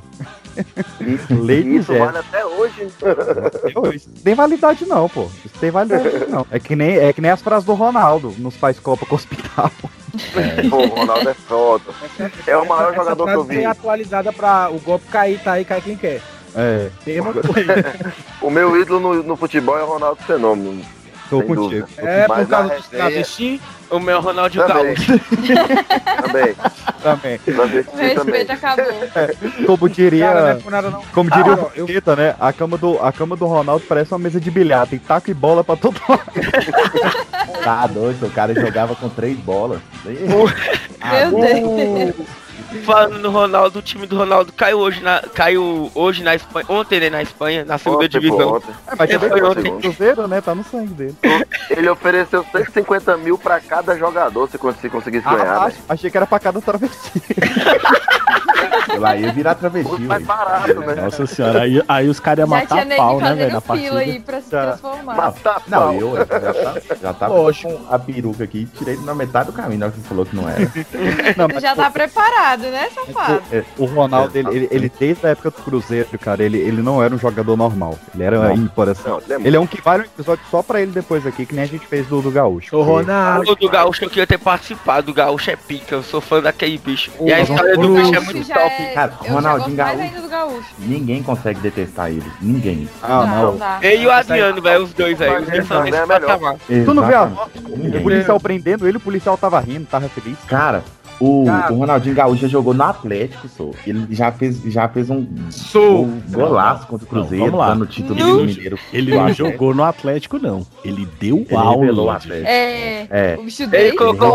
Lei de Isso vale Jefferson. até hoje. Isso tem validade não, pô. Isso tem validade não. É que nem, é que nem as frases do Ronaldo nos faz Copa com o hospital. Pô, o Ronaldo é foda. É o maior Essa jogador que frase eu vi. foi atualizada pra o golpe cair, tá aí, cai quem quer. É, Mesma coisa. O meu ídolo no, no futebol é o Ronaldo Fenômeno. tô Sem contigo. dúvida. É, por Mas causa na dos resenha- travesti. O meu Ronaldinho Também. Gaúcho. Também. Também. Travesti O respeito também. acabou. Como diria, Cara, não é por nada não. como diria Ah, o eu- Paqueta, né? A cama, do, a cama do Ronaldo parece uma mesa de bilhar. Tem taco e bola pra todo lado. Tá doido, o cara jogava com três bolas. Meu Deus. Falando no Ronaldo, o time do Ronaldo caiu hoje na, caiu hoje na Espanha, ontem né, na Espanha, na segunda Ontem, pô, divisão. ontem. É, mas Ele também foi foi ontem. o Cruzeiro, né? Tá no sangue dele. Ele ofereceu cento e cinquenta mil pra cada jogador se cons- se conseguisse Ah, ganhar. ach- achei que era pra cada travesti. Lá ia virar travesti. Mais barato, né? Nossa senhora, aí, aí os caras iam matar pau, né, velho, na partida. Aí pra se transformar. Matar não, pau. eu já tava, já tava com a peruca aqui, tirei na metade do caminho, na hora que falou que não era. Não, mas já tá preparado, né, safado? O, o Ronaldo, ele, ele, ele desde a época do Cruzeiro, cara, ele, ele não era um jogador normal. Ele era ímpar, assim. Ele é um que vale um episódio só pra ele depois aqui, que nem a gente fez do, do Gaúcho. O Ronaldo. O do Gaúcho eu queria ter participado. Do Gaúcho é pica, eu sou fã daquele bicho. O e a história do bicho é muito top. É... Cara, eu Ronaldinho Gaúcho, Gaúcho. Ninguém consegue detestar ele. Ninguém. Ah, não. não. Ele e o Adriano, velho, os dois aí. Os dois são nesse patamar. Tu não vê a foto? O policial prendendo ele, o policial tava rindo, tava feliz. Cara, o, o Ronaldinho Gaúcho já jogou no Atlético, só. Ele já fez, já fez um, um golaço contra o Cruzeiro, dando o título do Mineiro. Ele não jogou no Atlético, não. Ele deu ele aula. O Atlético. É, é. O bicho dele. Ele colocou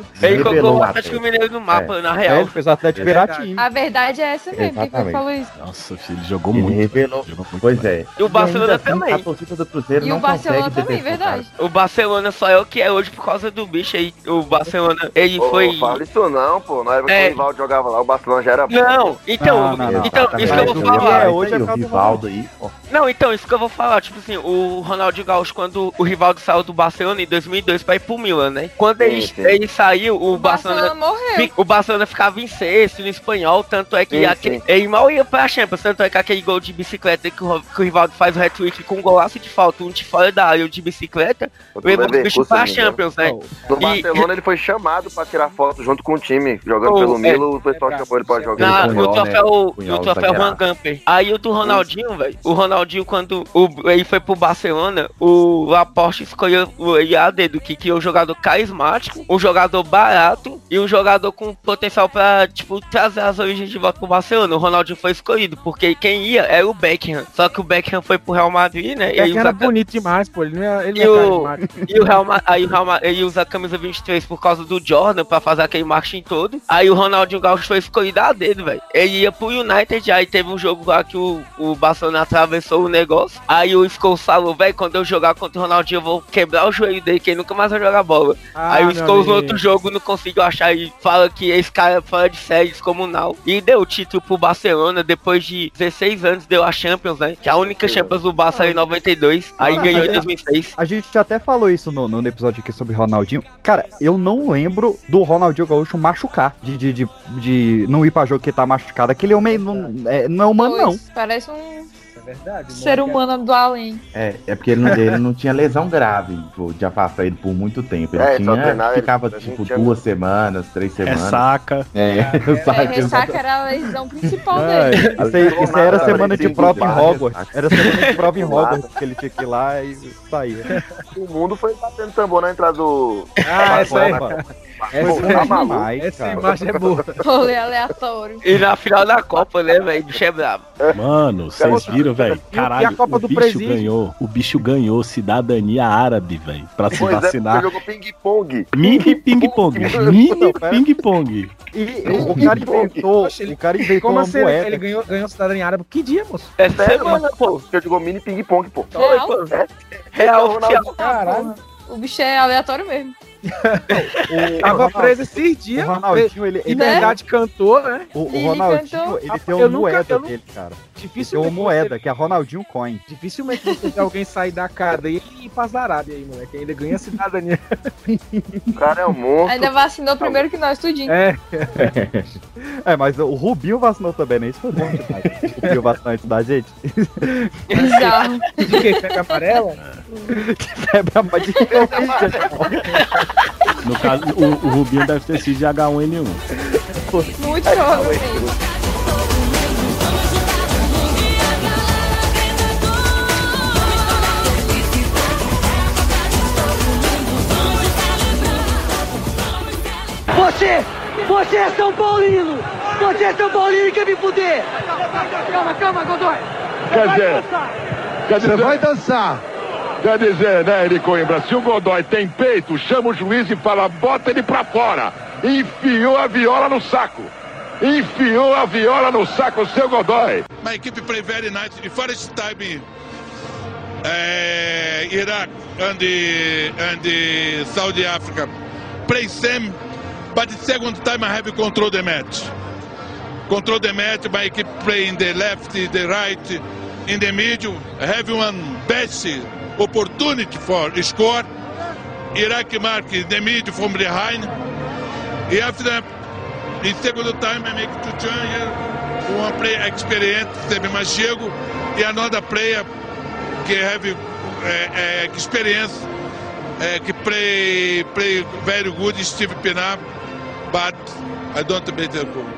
o Atlético Mineiro no mapa, é. na real. É, ele fez o Atlético virar time. A verdade é essa mesmo, que ele falou isso. Nossa, filho, ele jogou ele muito. Revelou. Jogou muito. Pois é. E o Barcelona assim, também. A torcida do Cruzeiro e não o Barcelona consegue também, verdade. O Barcelona só é o que é hoje por causa do bicho aí. O Barcelona, ele Pô, foi... Não fala isso não, pô. Na época É. que o Rivaldo jogava lá, o Barcelona já era bom. Não, então, Não, não, não. então Tá, isso que eu vou mas falar. É, hoje é o por causa do Rivaldo aí, pô. Não, então, isso que eu vou falar, tipo assim, o Ronaldinho Gaúcho, quando o Rivaldo saiu do Barcelona em dois mil e dois pra ir pro Milan, né? Quando ele, Sim, sim. ele saiu, o, O Barcelona, Barcelona morreu. fi- o Barcelona ficava em sexto no espanhol, tanto é que Sim, aquele, sim. ele mal ia pra Champions, tanto é que aquele gol de bicicleta que o, que o Rivaldo faz o hat-trick com um golaço de falta, um de fora da área e um de bicicleta, levou o bicho pra Champions, né? No E- Barcelona ele foi chamado pra tirar foto junto com o time, jogando Oh, pelo é. Milo, o pessoal chamou ele pra jogar. Na, Ele no punhol, troféu, né? Punhol no troféu exagerado. Van Gamper. Aí o do Ronaldinho, velho. O Ronaldinho, quando o, ele foi pro Barcelona, o Laporte escolheu o ele a dedo, que queria um jogador carismático, um jogador barato e um jogador com potencial pra, tipo, trazer as origens de volta pro Barcelona. O Ronaldinho foi escolhido, porque quem ia era o Beckham. Só que o Beckham foi pro Real Madrid, né? É que Ele era usa- bonito demais, pô. Ele não é, ele E não é o, carismático. e o Real, Ma- aí o Real Ma- ele usa a camisa vinte e três por causa do Jordan, pra fazer aquele marketing todo. Aí o Ronaldinho Gaúcho foi escolhido a dedo, velho. Ele ia pro United, aí teve um jogo lá que o, o Barcelona atravessou o negócio. Aí o Scholes falou, velho, quando eu jogar contra o Ronaldinho, eu vou quebrar o joelho dele, que ele nunca mais vai jogar bola. Ah, aí o meu Scholes no amigo. outro jogo não conseguiu achar e fala que esse cara é fora de série descomunal. E deu o título pro Barcelona, depois de dezesseis anos deu a Champions, né? Que é a única Champions do Barça em noventa e dois. Aí Ah, ganhou em a dois mil e seis. A gente até falou isso no, no episódio aqui sobre Ronaldinho. Cara, eu não lembro do Ronaldinho Gaúcho machucar. De, de, de, de não ir pra jogo que tá machucado. Aquele homem não é, não é humano, não. Pois, parece um É verdade. ser humano do além. É, é porque ele não, ele não tinha lesão grave, pô, de afastar ele por muito tempo. Ele É, só tinha, treinar, ele- ficava a gente tipo tinha- duas semanas, três É semanas. saca. É, É, saca. ressaca era a lesão principal É, dele. isso aí, isso aí era Nada, semana de tem prova em várias, Hogwarts. Era semana de prova em Hogwarts que ele tinha que ir lá e saía. O mundo foi batendo tambor na entrada do... Ah, essa aí. Essa Pô, tá maluco. demais, Essa cara. imagem é boa. Rolê aleatório. E na final da Copa, né, velho? Bicho é brabo. Mano, vocês viram, velho? E a Caralho, Copa o do bicho Presídio? ganhou. O bicho ganhou cidadania árabe, velho. Pra se Pois é, vacinar. porque jogou ping-pong. Mini ping-pong. Mini ping-pong. E o, o cara inventou, Poxa, ele- o cara inventou Como uma assim ele, moeda. ele ganhou, ganhou cidadania árabe? Que dia, moço? É Sério, semana, mano, pô. porque jogou mini ping-pong, pô. Real? É, Real Ronaldo- oficial. Caralho. O bicho é aleatório mesmo. O, Tava Ronaldo- preso esses dias. o Ronaldinho, ele, ele, Liberdade cantou, né? o, o Ele Ronaldinho, cantou- ele tem Eu uma nunca- moeda eu nu- dele, cara. Ele tem Dificilmente. uma moeda, que é a Ronaldinho Coin. Você, dificilmente você vê alguém sair da cadeia e ir pras Arábia aí, moleque. Ainda ganha cidadania. O cara é um monstro. Ainda vacinou primeiro que nós, tudinho. É. É, mas o Rubinho vacinou também, né? Isso foi bom demais. O Rubinho vacinou antes da gente. Bizarro. De quem? Febre amarela? Que febre a mais de No caso, o, o Rubinho deve ter sido de H um N um. Muito provavelmente. Você, você é São Paulino! Você é São Paulino e quer me fuder! Calma, calma, Godoy! Quer dizer, quer dizer, Você vai dançar. Quer dizer, né, Eri Coimbra, se o Godoy tem peito, chama o juiz e fala, bota ele pra fora. Enfiou a viola no saco. Enfiou a viola no saco, seu Godoy. My equipe play very nice. The first time uh, Iraq and the, and the Saudi Africa play same, but the second time I have control the match. control the match. My keep playing the left, the right, in the middle. Have one best opportunity for score. Iraq mark in the middle from behind. After that, in second time, I make two changes. One player experienced, teve mais chego, e another player que have uh, uh, experience, uh, que play play very good, Steve Pinar, but I don't make the goal.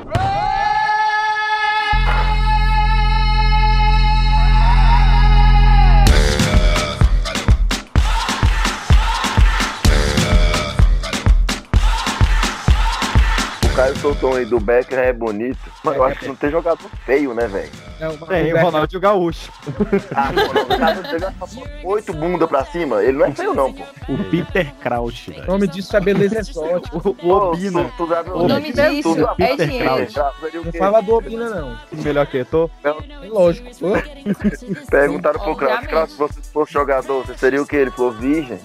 O Caio soltou aí do Becker é bonito. Mas eu acho que não tem jogador feio, né, velho? Tem o Ronaldinho Gaúcho. Ah, pô, não, jogar oito bunda pra cima, ele não é feio não, pô. O Peter Crouch, velho. O nome disso é beleza exótica. O Obina. O nome disso é dinheiro. Não fala do Obina, não. Melhor que Eto'o? Lógico. Perguntaram pro Kraus, Kraus, se você fosse jogador, você seria o quê? Ele falou virgem.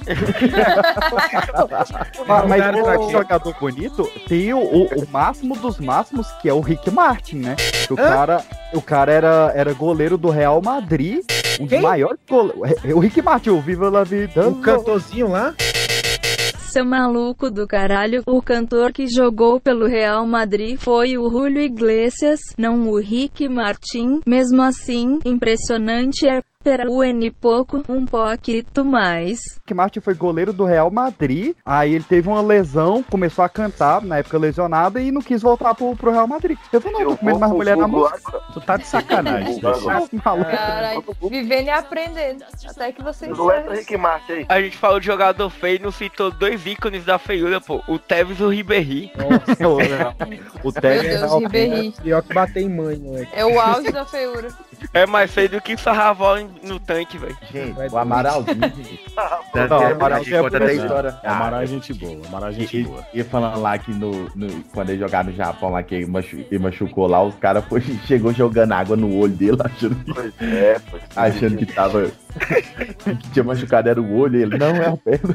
Mas, mas o jogador bonito tem o, o, o máximo dos máximos, que é o Rick Martin, né? O cara, o cara era, era goleiro do Real Madrid, um dos maiores goleiros. O Rick Martin, o Viva la Vida. O cantorzinho lá? Seu maluco do caralho, o cantor que jogou pelo Real Madrid foi o Julio Iglesias, não o Rick Martin. Mesmo assim, impressionante é para o N pouco, um pouquinho mais. Rick Martin foi goleiro do Real Madrid, aí ele teve uma lesão, começou a cantar, na época lesionada, e não quis voltar pro, pro Real Madrid. Eu falei, não, tô comendo mais mulher na música. Tu tá de sacanagem. Caralho, vivendo e aprendendo. Até que vocês Rick Martin aí. A gente falou de jogador feio e não citou dois ícones da feiura, pô. O Tevez e o Ribéry. O Tevez é o Ribéry. Pior que bater em mãe, moleque. É o auge da feiura. É mais feio do que Sarravó no tanque, velho. Gente, o Amaralzinho. Não, o Amaralzinho é conta até história. O Amaral é gente boa, o Amaral é gente boa. E falando lá que no, no, quando ele jogava no Japão, lá que ele, machu, ele machucou lá, os caras chegou jogando água no olho dele, achando que, pois é, pois achando que tava. que tinha machucado era o olho, ele não é a perna.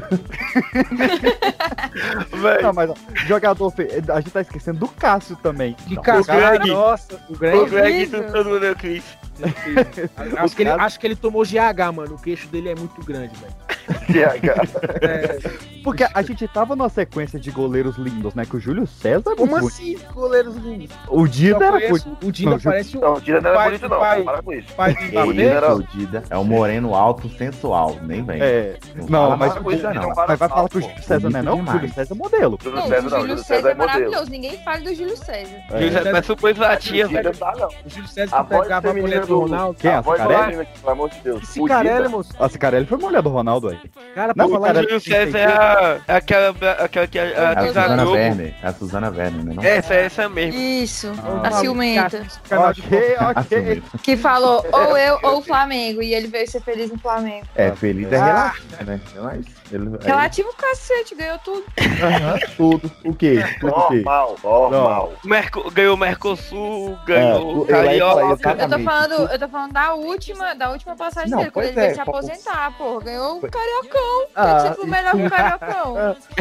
Não, mas ó, jogador feio, a gente tá esquecendo do Cássio também. Que Cássio? Nossa, o Greg. O Greg todo mundo é Cris. Acho que, ele, acho que ele tomou G H, mano. O queixo dele é muito grande, velho. G H. É. Porque a gente tava numa sequência de goleiros lindos, né? Que o Júlio César. Como assim, goleiros lindos? O Dida era bonito. O Dida parece o. Não, o Dida não era bonito, não. Para com isso. Pai o Dida é um moreno alto, sensual. Nem vem. É. Não, não mas o Dida não. Mas vai falar que o Júlio César não é, não? O Júlio César é modelo. Não, o Júlio César é maravilhoso. Ninguém fala do Júlio César. O Júlio César parece o Pois Vatia, velho. O Júlio César que pegava a mulher do Ronaldo. Quem? A Cicarelli? Pelo amor de Deus. Cicarelli, moço. A Cicarelli foi mulher do Ronaldo aí. Cara, não, o Júlio César é a, aquela, aquela que é a Suzana Werner. É a Suzana Werner, né? Não? Essa, essa mesmo. Isso, ah, a ciumenta. Ok, ok. Que falou ou eu ou o Flamengo. E ele veio ser feliz no Flamengo. É, feliz é relativo, né? Mas ele, relativo aí... cacete, ganhou tudo. Aham, tudo. O quê? Normal, normal. Merco, ganhou o Mercosul, ganhou o é, Carioca. Eu tô falando, eu tô falando da última, da última passagem não, dele, quando ele é, veio se aposentar, pô. Ganhou o Cariocão. Ah, foi tipo o melhor que o Cariocão.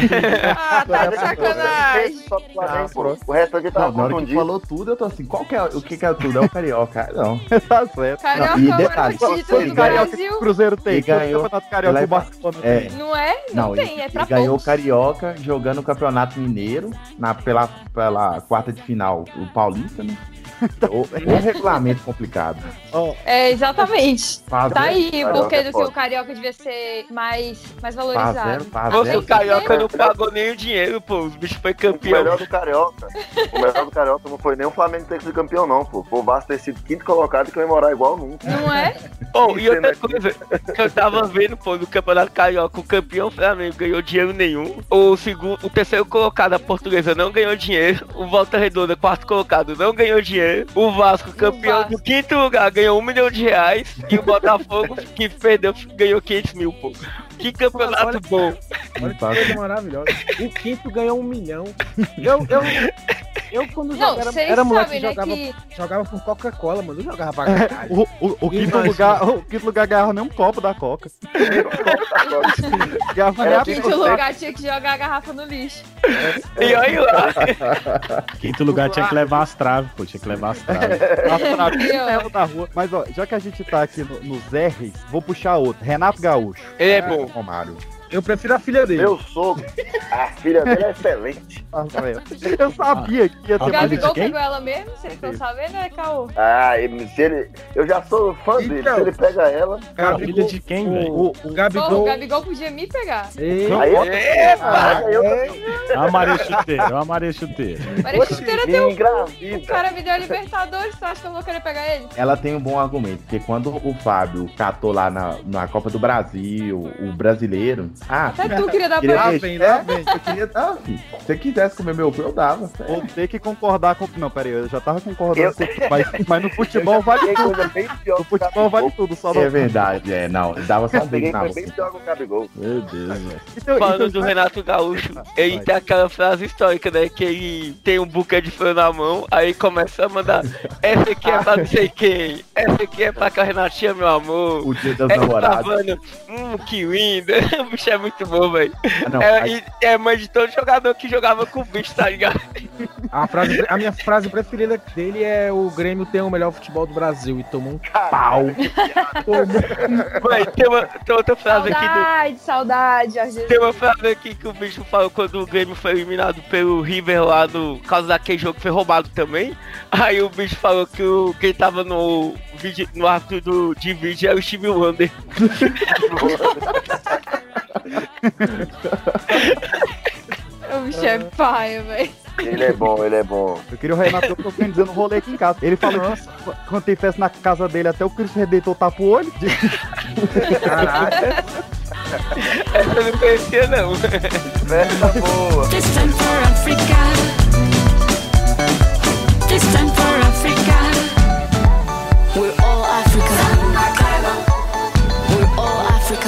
Ah, tá de sacanagem. Ah, o resto aqui tá na hora que falou tudo, eu tô assim, qual que é, o que que é tudo? É o Carioca. Não. Tá certo. Carioca não, e detalhe, título do Brasil. Cruzeiro tem, ganhou o Carioca e o Barcelona tem. Não é? Não, não tem, ele, é pra ele ganhou poucos. o Carioca jogando o Campeonato Mineiro na, pela, pela quarta de final, o Paulista, né? Um regulamento complicado. Oh. É, exatamente. Faz tá aí, Carioca porque é do que o Carioca devia ser mais, mais valorizado. Faz zero, faz Nossa, o Carioca não pagou nem o dinheiro, pô. Os bichos foi campeão. O melhor do Carioca. O melhor do Carioca não foi nem o Flamengo ter sido campeão, não, pô. O Vasco ter sido quinto colocado e comemorar igual nunca. Não é? Pô, e outra coisa que eu tava vendo, pô, no Campeonato Carioca, o campeão Flamengo ganhou dinheiro nenhum. O segundo, o terceiro colocado, a Portuguesa, não ganhou dinheiro. O Volta Redonda, quarto colocado, não ganhou dinheiro. O Vasco, campeão do quinto lugar, ganhou um milhão de reais. E o Botafogo, que perdeu, ganhou quinhentos mil, pô. Que campeonato olha, bom. Olha que coisa maravilhosa. O quinto ganhou um milhão. Eu, eu, eu quando Não, jogava, vocês era moleque, sabem, né, jogava, que- jogava por Coca-Cola, mano. Eu jogava pra caralho. O, o, o, quinto Imagina. lugar, o quinto lugar ganhava nem um copo da Coca. Ganhava nem No a quinto lugar tinha que jogar a garrafa no lixo. E olha lá. Quinto lugar tinha que levar as traves, pô. Tinha que levar as traves. As traves Eu- ferro da rua. Mas ó, já que a gente tá aqui no- nos R's, vou puxar outro. Renato Gaúcho. Ele é bom. Romário. Eu prefiro a filha dele. Meu sogro, a filha dele é excelente. Eu sabia que ia O ter mais de Gabigol quem? pegou ela mesmo? Vocês estão sabendo, né, Caô? Ah, ele, se ele, eu já sou fã dele. Então. Se ele pega ela. A filha de quem, velho? O, o Pô, o Gabigol. Gabigol podia me pegar. Ei, Aí, é, ah, eu é. É a Maria Chuteira, é a Maria Chuteira. Parece que chuteira tem um... O engravida. cara me deu a Libertadores, você acha que eu vou querer pegar ele? Ela tem um bom argumento, porque quando o Fábio catou lá na, na Copa do Brasil, o brasileiro. Ah, Até tu queria dar queria pra deixar- ele. é, eu queria. Ah, filho, se você quisesse comer meu pão, eu dava. Vou ter que concordar com. Não, peraí, eu já tava concordando com mas, mas no futebol vale tudo. Coisa bem pior No futebol vale tudo, só É não. verdade, é, não. Ele dava só Eu peguei bem na foi boca. bem pior com o Gabigol. Meu Deus, velho. Então, Falando então, do Renato Gaúcho, ele tem aquela frase histórica, né? Que ele tem um buquê de flor na mão, aí começa a mandar. Essa aqui é pra não sei quem. Essa aqui é pra que a Renatinha, meu amor. O dia das Essa namoradas. Savana, hum, que linda. O bicho é muito bom, velho. Ah, não, É, aí- e é mãe de todo jogador que jogava com o bicho, tá ligado? A, frase, a minha frase preferida dele é: o Grêmio tem o melhor futebol do Brasil. E tomou um pau. Mãe, tem, uma, tem outra frase aqui do. Saudade, saudade, Jorge Jesus. Tem uma frase aqui que o bicho falou quando o Grêmio foi eliminado pelo River lá no. Por causa daquele jogo que foi roubado também. Aí o bicho falou que o, quem tava no vídeo, no árbitro do, de vídeo era o Steve Wonder. O bicho é paia, velho. Ele é bom, ele é bom. Eu queria o Renato, eu tô organizando um rolê aqui em casa. Ele fala que quando tem festa na casa dele, até o Cristo Redentor tapa o olho. Caraca. Essa eu não conhecia, não. Festa boa. This time for Africa. This time for Africa. We're all Africa. We're all Africa.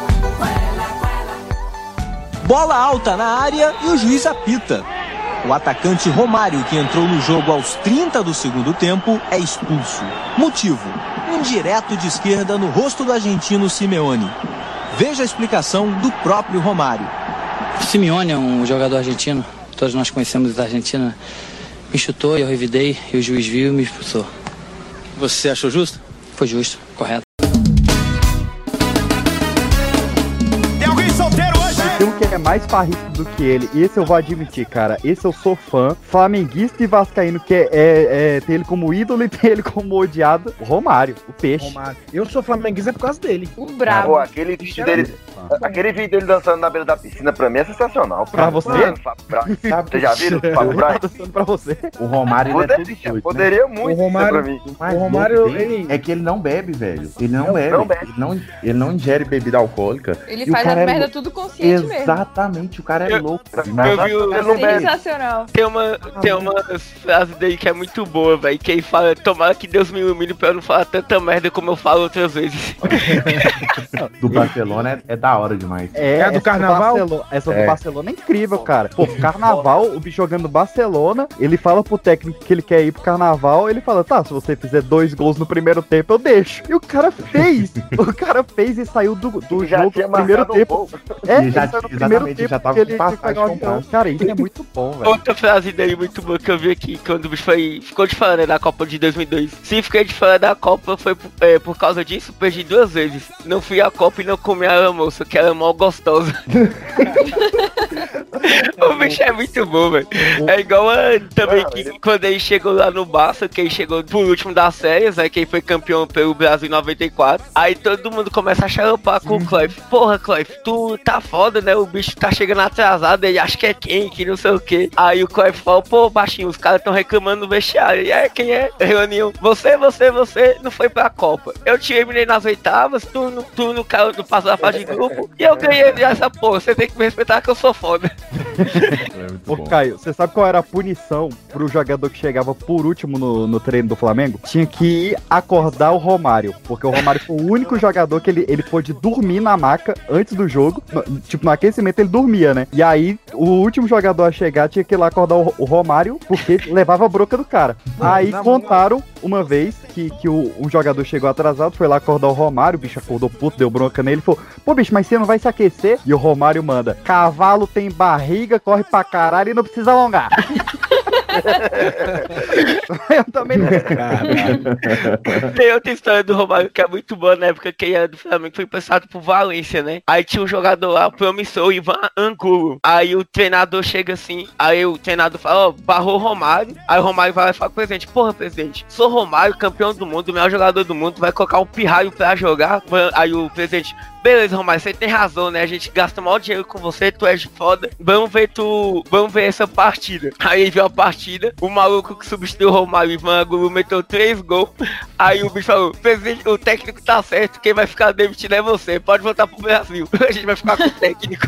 Bola alta na área e o juiz apita. O atacante Romário, que entrou no jogo aos trinta do segundo tempo, é expulso. Motivo: um direto de esquerda no rosto do argentino Simeone. Veja a explicação do próprio Romário. Simeone é um jogador argentino, todos nós conhecemos da Argentina. Me chutou, eu revidei, e o juiz viu e me expulsou. Você achou justo? Foi justo, correto. Tem alguém solteiro hoje? Tem um que é mais farrista do que ele, e esse eu vou admitir, cara. Esse eu sou fã. Flamenguista e vascaíno, que é, é, é tem ele como ídolo e tem ele como odiado. O Romário, o peixe. Romário. Eu sou flamenguista por causa dele. O brabo. Pô, aquele vídeo dele, aquele vídeo dele dançando na beira da piscina pra mim é sensacional. Pra você? Mano, Fábio Braz. Você já viu o Fábio Braz? Dançando pra você. O Romário ele é Poderia, todo doido, poderia né? muito O Romário- ser pra mim. O mais O Romário, louco dele ele- é que ele não bebe, velho. Ele não, Não, bebe. não bebe. Ele, não, ele não ingere bebida alcoólica. Ele E o faz cara as é merda lou- tudo consciente mesmo. Exatamente, o cara é Eu- louco. Eu vi o- Ele não bebe. Sensacional. Tem uma, tem uma frase dele que é muito boa, velho. Que ele fala: tomara que Deus me ilumine pra eu não falar tanta merda como eu falo outras vezes. Do Barcelona é, é da hora demais. É, É a do essa Carnaval? Barcelona, essa É. do Barcelona é incrível, cara. Pô, Carnaval, o bicho jogando Barcelona, ele fala pro técnico que ele quer ir pro Carnaval, ele fala, tá, se você fizer dois gols no primeiro tempo, eu deixo. E o cara fez. O cara fez e saiu do, do Já jogo tinha no primeiro marcado um tempo. gol. É, E já- ele saiu no exatamente, primeiro tempo já tava que com ele tinha que passagem pegar o avião. comprada. Cara, isso é muito bom, velho. Outra frase dele muito boa que eu vi aqui, quando o bicho foi, ficou de fora, né, da Copa de dois mil e dois. Se fiquei de fora da Copa, foi por, é, por causa disso, perdi duas vezes. Não fui à Copa e não comi a moça, que era mal gostosa. O bicho é muito bom, velho. É igual a, também que quando ele chegou lá no Barça, que ele chegou por último das séries, aí que ele foi campeão pelo Brasil em noventa e quatro. Aí todo mundo começa a xaropar com o Cleif. Porra, Cleif, tu tá foda, né? O bicho tá chegando atrasado, ele acha que é quem, que não sei o que. Aí o Cleif fala, pô, baixinho, os caras tão reclamando no vestiário. E aí, quem é? Reunião. Você, você, você não foi pra Copa. Eu te eliminei nas oitavas, tu, não- tu não, caiu- não passou da fase de grupo, e eu ganhei essa porra. Você tem que me respeitar que eu sou foda. Ô, Caio, você sabe qual era a punição pro jogador que chegava por último no, no treino do Flamengo? Tinha que ir acordar o Romário, porque o Romário foi o único jogador que ele, ele pôde dormir na maca antes do jogo. No, tipo, no aquecimento ele dormia, né? E aí, o último jogador a chegar tinha que ir lá acordar o, o Romário, porque levava a bronca do cara. Aí contaram uma vez que, que o, um jogador chegou atrasado, foi lá acordar o Romário, o bicho acordou puto, deu bronca nele, falou, pô, bicho, mas você não vai se aquecer? E o Romário manda, cavalo tem barriga, corre pra caralho e não precisa alongar. Eu também não. Tem outra história do Romário que é muito boa na época que ele era do Flamengo, foi passado por Valência, né? Aí tinha um jogador lá, promissor, o Ivan Angulo. Aí o treinador chega assim, aí o treinador fala, ó, oh, barrou o Romário. Aí o Romário vai lá e fala, presidente, porra, presidente, sou Romário, campeão do mundo, melhor jogador do mundo, vai colocar um pirralho pra jogar. Aí o presidente, beleza, Romário, você tem razão, né? A gente gasta maior dinheiro com você, tu és foda. Vamos ver tu. Vamos ver essa partida. Aí ele viu a partida, o maluco que substituiu o Romário, o Ivan Angulo, meteu três gols. Aí o bicho falou, presidente, o técnico tá certo, quem vai ficar demitido é você, pode voltar pro Brasil. A gente vai ficar com o técnico.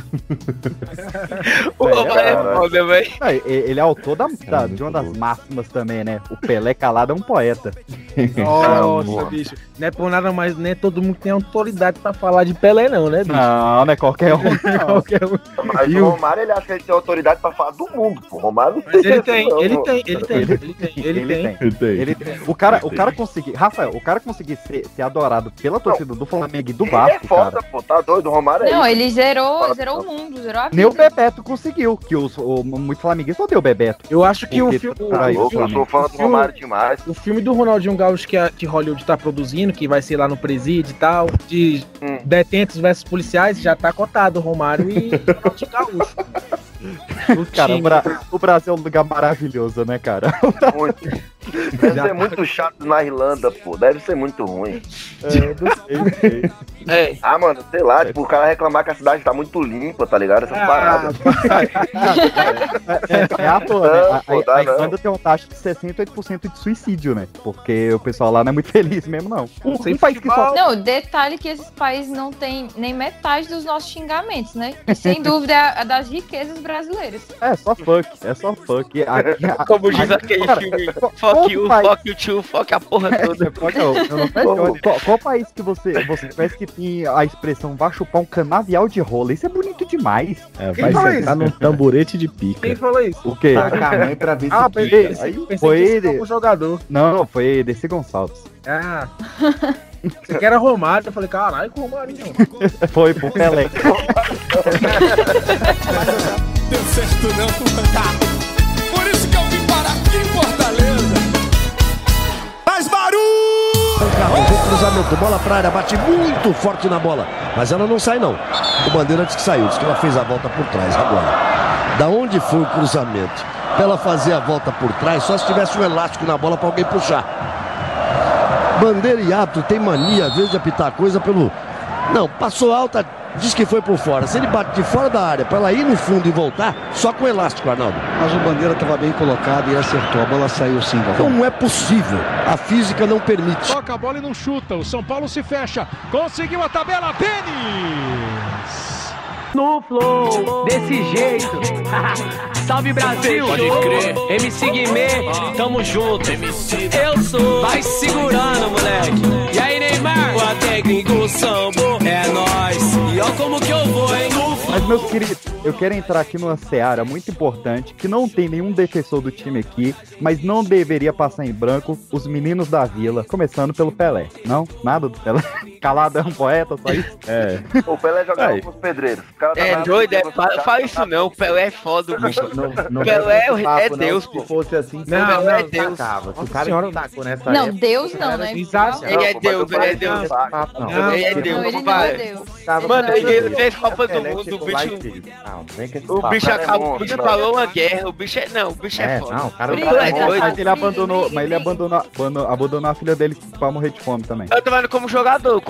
O Romário é foda, velho. Ele é autor da, da, de uma das máximas também, né? O Pelé calado é um poeta. Nossa, bicho. Não é por nada mais, nem todo mundo tem autoridade pra falar de Pelé, não, né, bicho? Não, não é qualquer um. Não. Qualquer um. Mas e o Romário, ele acha que ele tem autoridade pra falar do mundo, pô. O Romário não Mas tem. ele tem, não, ele pô. tem, ele tem, ele tem, ele tem. Ele tem. Ele tem. O cara, o cara conseguir, Rafael, o cara conseguir ser, ser adorado pela torcida do Flamengo e do Vasco, ele é foda, cara. Pô, tá doido, o Romário é Não, isso. ele zerou, zerou o mundo, zerou a vida. Nem o Bebeto conseguiu, que os, o, muito flamenguista odeia o Bebeto. Eu acho que Porque o filme... tá aí, Eu sou fã do Romário demais. O filme do Ronaldinho Gaúcho que, a, que Hollywood tá produzindo, que vai ser lá no presídio e tal, de hum. detentos versus policiais, já tá cotado o Romário e Ronaldinho Gaúcho. O, cara, o, Bra o Brasil é um lugar maravilhoso, né, cara? Muito. Deve já ser tá... muito chato na Irlanda, pô. Deve ser muito ruim. É, não sei, sei. É. Ah, mano, sei lá, tipo, o cara reclamar que a cidade tá muito limpa, tá ligado? Essas ah, paradas. É, é, é à toa, né? A, a, a Irlanda tem uma taxa de sessenta e oito por cento de suicídio, né? Porque o pessoal lá não é muito feliz mesmo, não. Um, um país que só... Não, detalhe que esses países não tem nem metade dos nossos xingamentos, né? E sem dúvida é das riquezas brasileiras. É só fuck, é só fuck. Aqui, a, Como diz aquele cara, filme, fuck you, país... fuck you too, fuck a porra toda. eu, eu não penso, qual, qual país que você, você parece que tem a expressão vai chupar um canavial de rola? Isso é bonito demais. É, vai sentar num tamborete de pica. Quem falou isso? O quê? Tacar a mãe pra ver ah, se pensei, aí, pensei foi que ele. Foi um jogador. Não, foi Desi Gonçalves. Ah. Você que era Romário, eu falei, caralho, com o Romário não. Foi pro Pelé. Deu certo não. Por isso que eu vim parar aqui em Fortaleza. Faz barulho! O cruzamento, bola pra área, bate muito forte na bola, mas ela não sai não. O Bandeira disse que saiu, disse que ela fez a volta por trás. Agora, da onde foi o cruzamento? Pra ela fazer a volta por trás, só se tivesse um elástico na bola pra alguém puxar. Bandeira e árbitro tem mania, às vezes, de apitar coisa pelo... Não, passou alta, diz que foi por fora. Se ele bate de fora da área, pra ela ir no fundo e voltar, só com elástico, Arnaldo. Mas o Bandeira estava bem colocado e acertou. A bola saiu sim, Galvão. Não é possível. A física não permite. Toca a bola e não chuta. O São Paulo se fecha. Conseguiu a tabela. Denis! No flow, desse jeito. Salve Brasil! Pode crer. M C Guimê, tamo junto. Eu sou. Vai segurando, moleque. E aí, Neymar? O técnico Sambo é nóis. E ó como que eu vou, hein? Mas, meus queridos, eu quero entrar aqui numa seara muito importante, que não tem nenhum defensor do time aqui, mas não deveria passar em branco os meninos da Vila, começando pelo Pelé. Não? Nada do Pelé? Calado é um poeta, só isso? É. O Pelé jogava é. com os pedreiros. Tá é doido, é, fala, fala isso não, o Pelé é foda, bicho. O Pelé é, é Deus, pô. Se fosse assim, não, não, o Pelé é Deus. Tacava. Se o cara senhora... tacou nessa Não, época, Deus não, né? Ele é Deus, ele é Deus. Não, ele é Deus, ele não é Deus. Mano, ele fez Copa do Mundo, o bicho... Não, vem que o bicho acabou, o bicho falou uma guerra, o bicho é... Não, o bicho é foda. Não, o cara é doido. Mas ele abandonou, mas ele abandonou, abandonou, abandonou a filha dele pra morrer de fome também. Eu tô vendo como jogador,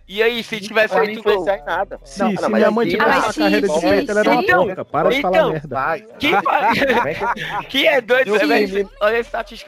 E aí, se tivesse Não vai feito influenciar gol? em nada. Se, Não, se não, minha mas mãe aí- tivesse Ah, uma mas carreira se- de peito, ela era uma então, porca. Para de falar então, merda. Vai. Que, fa... que é doido, Meu velho. menino. Olha a estatística do Neymar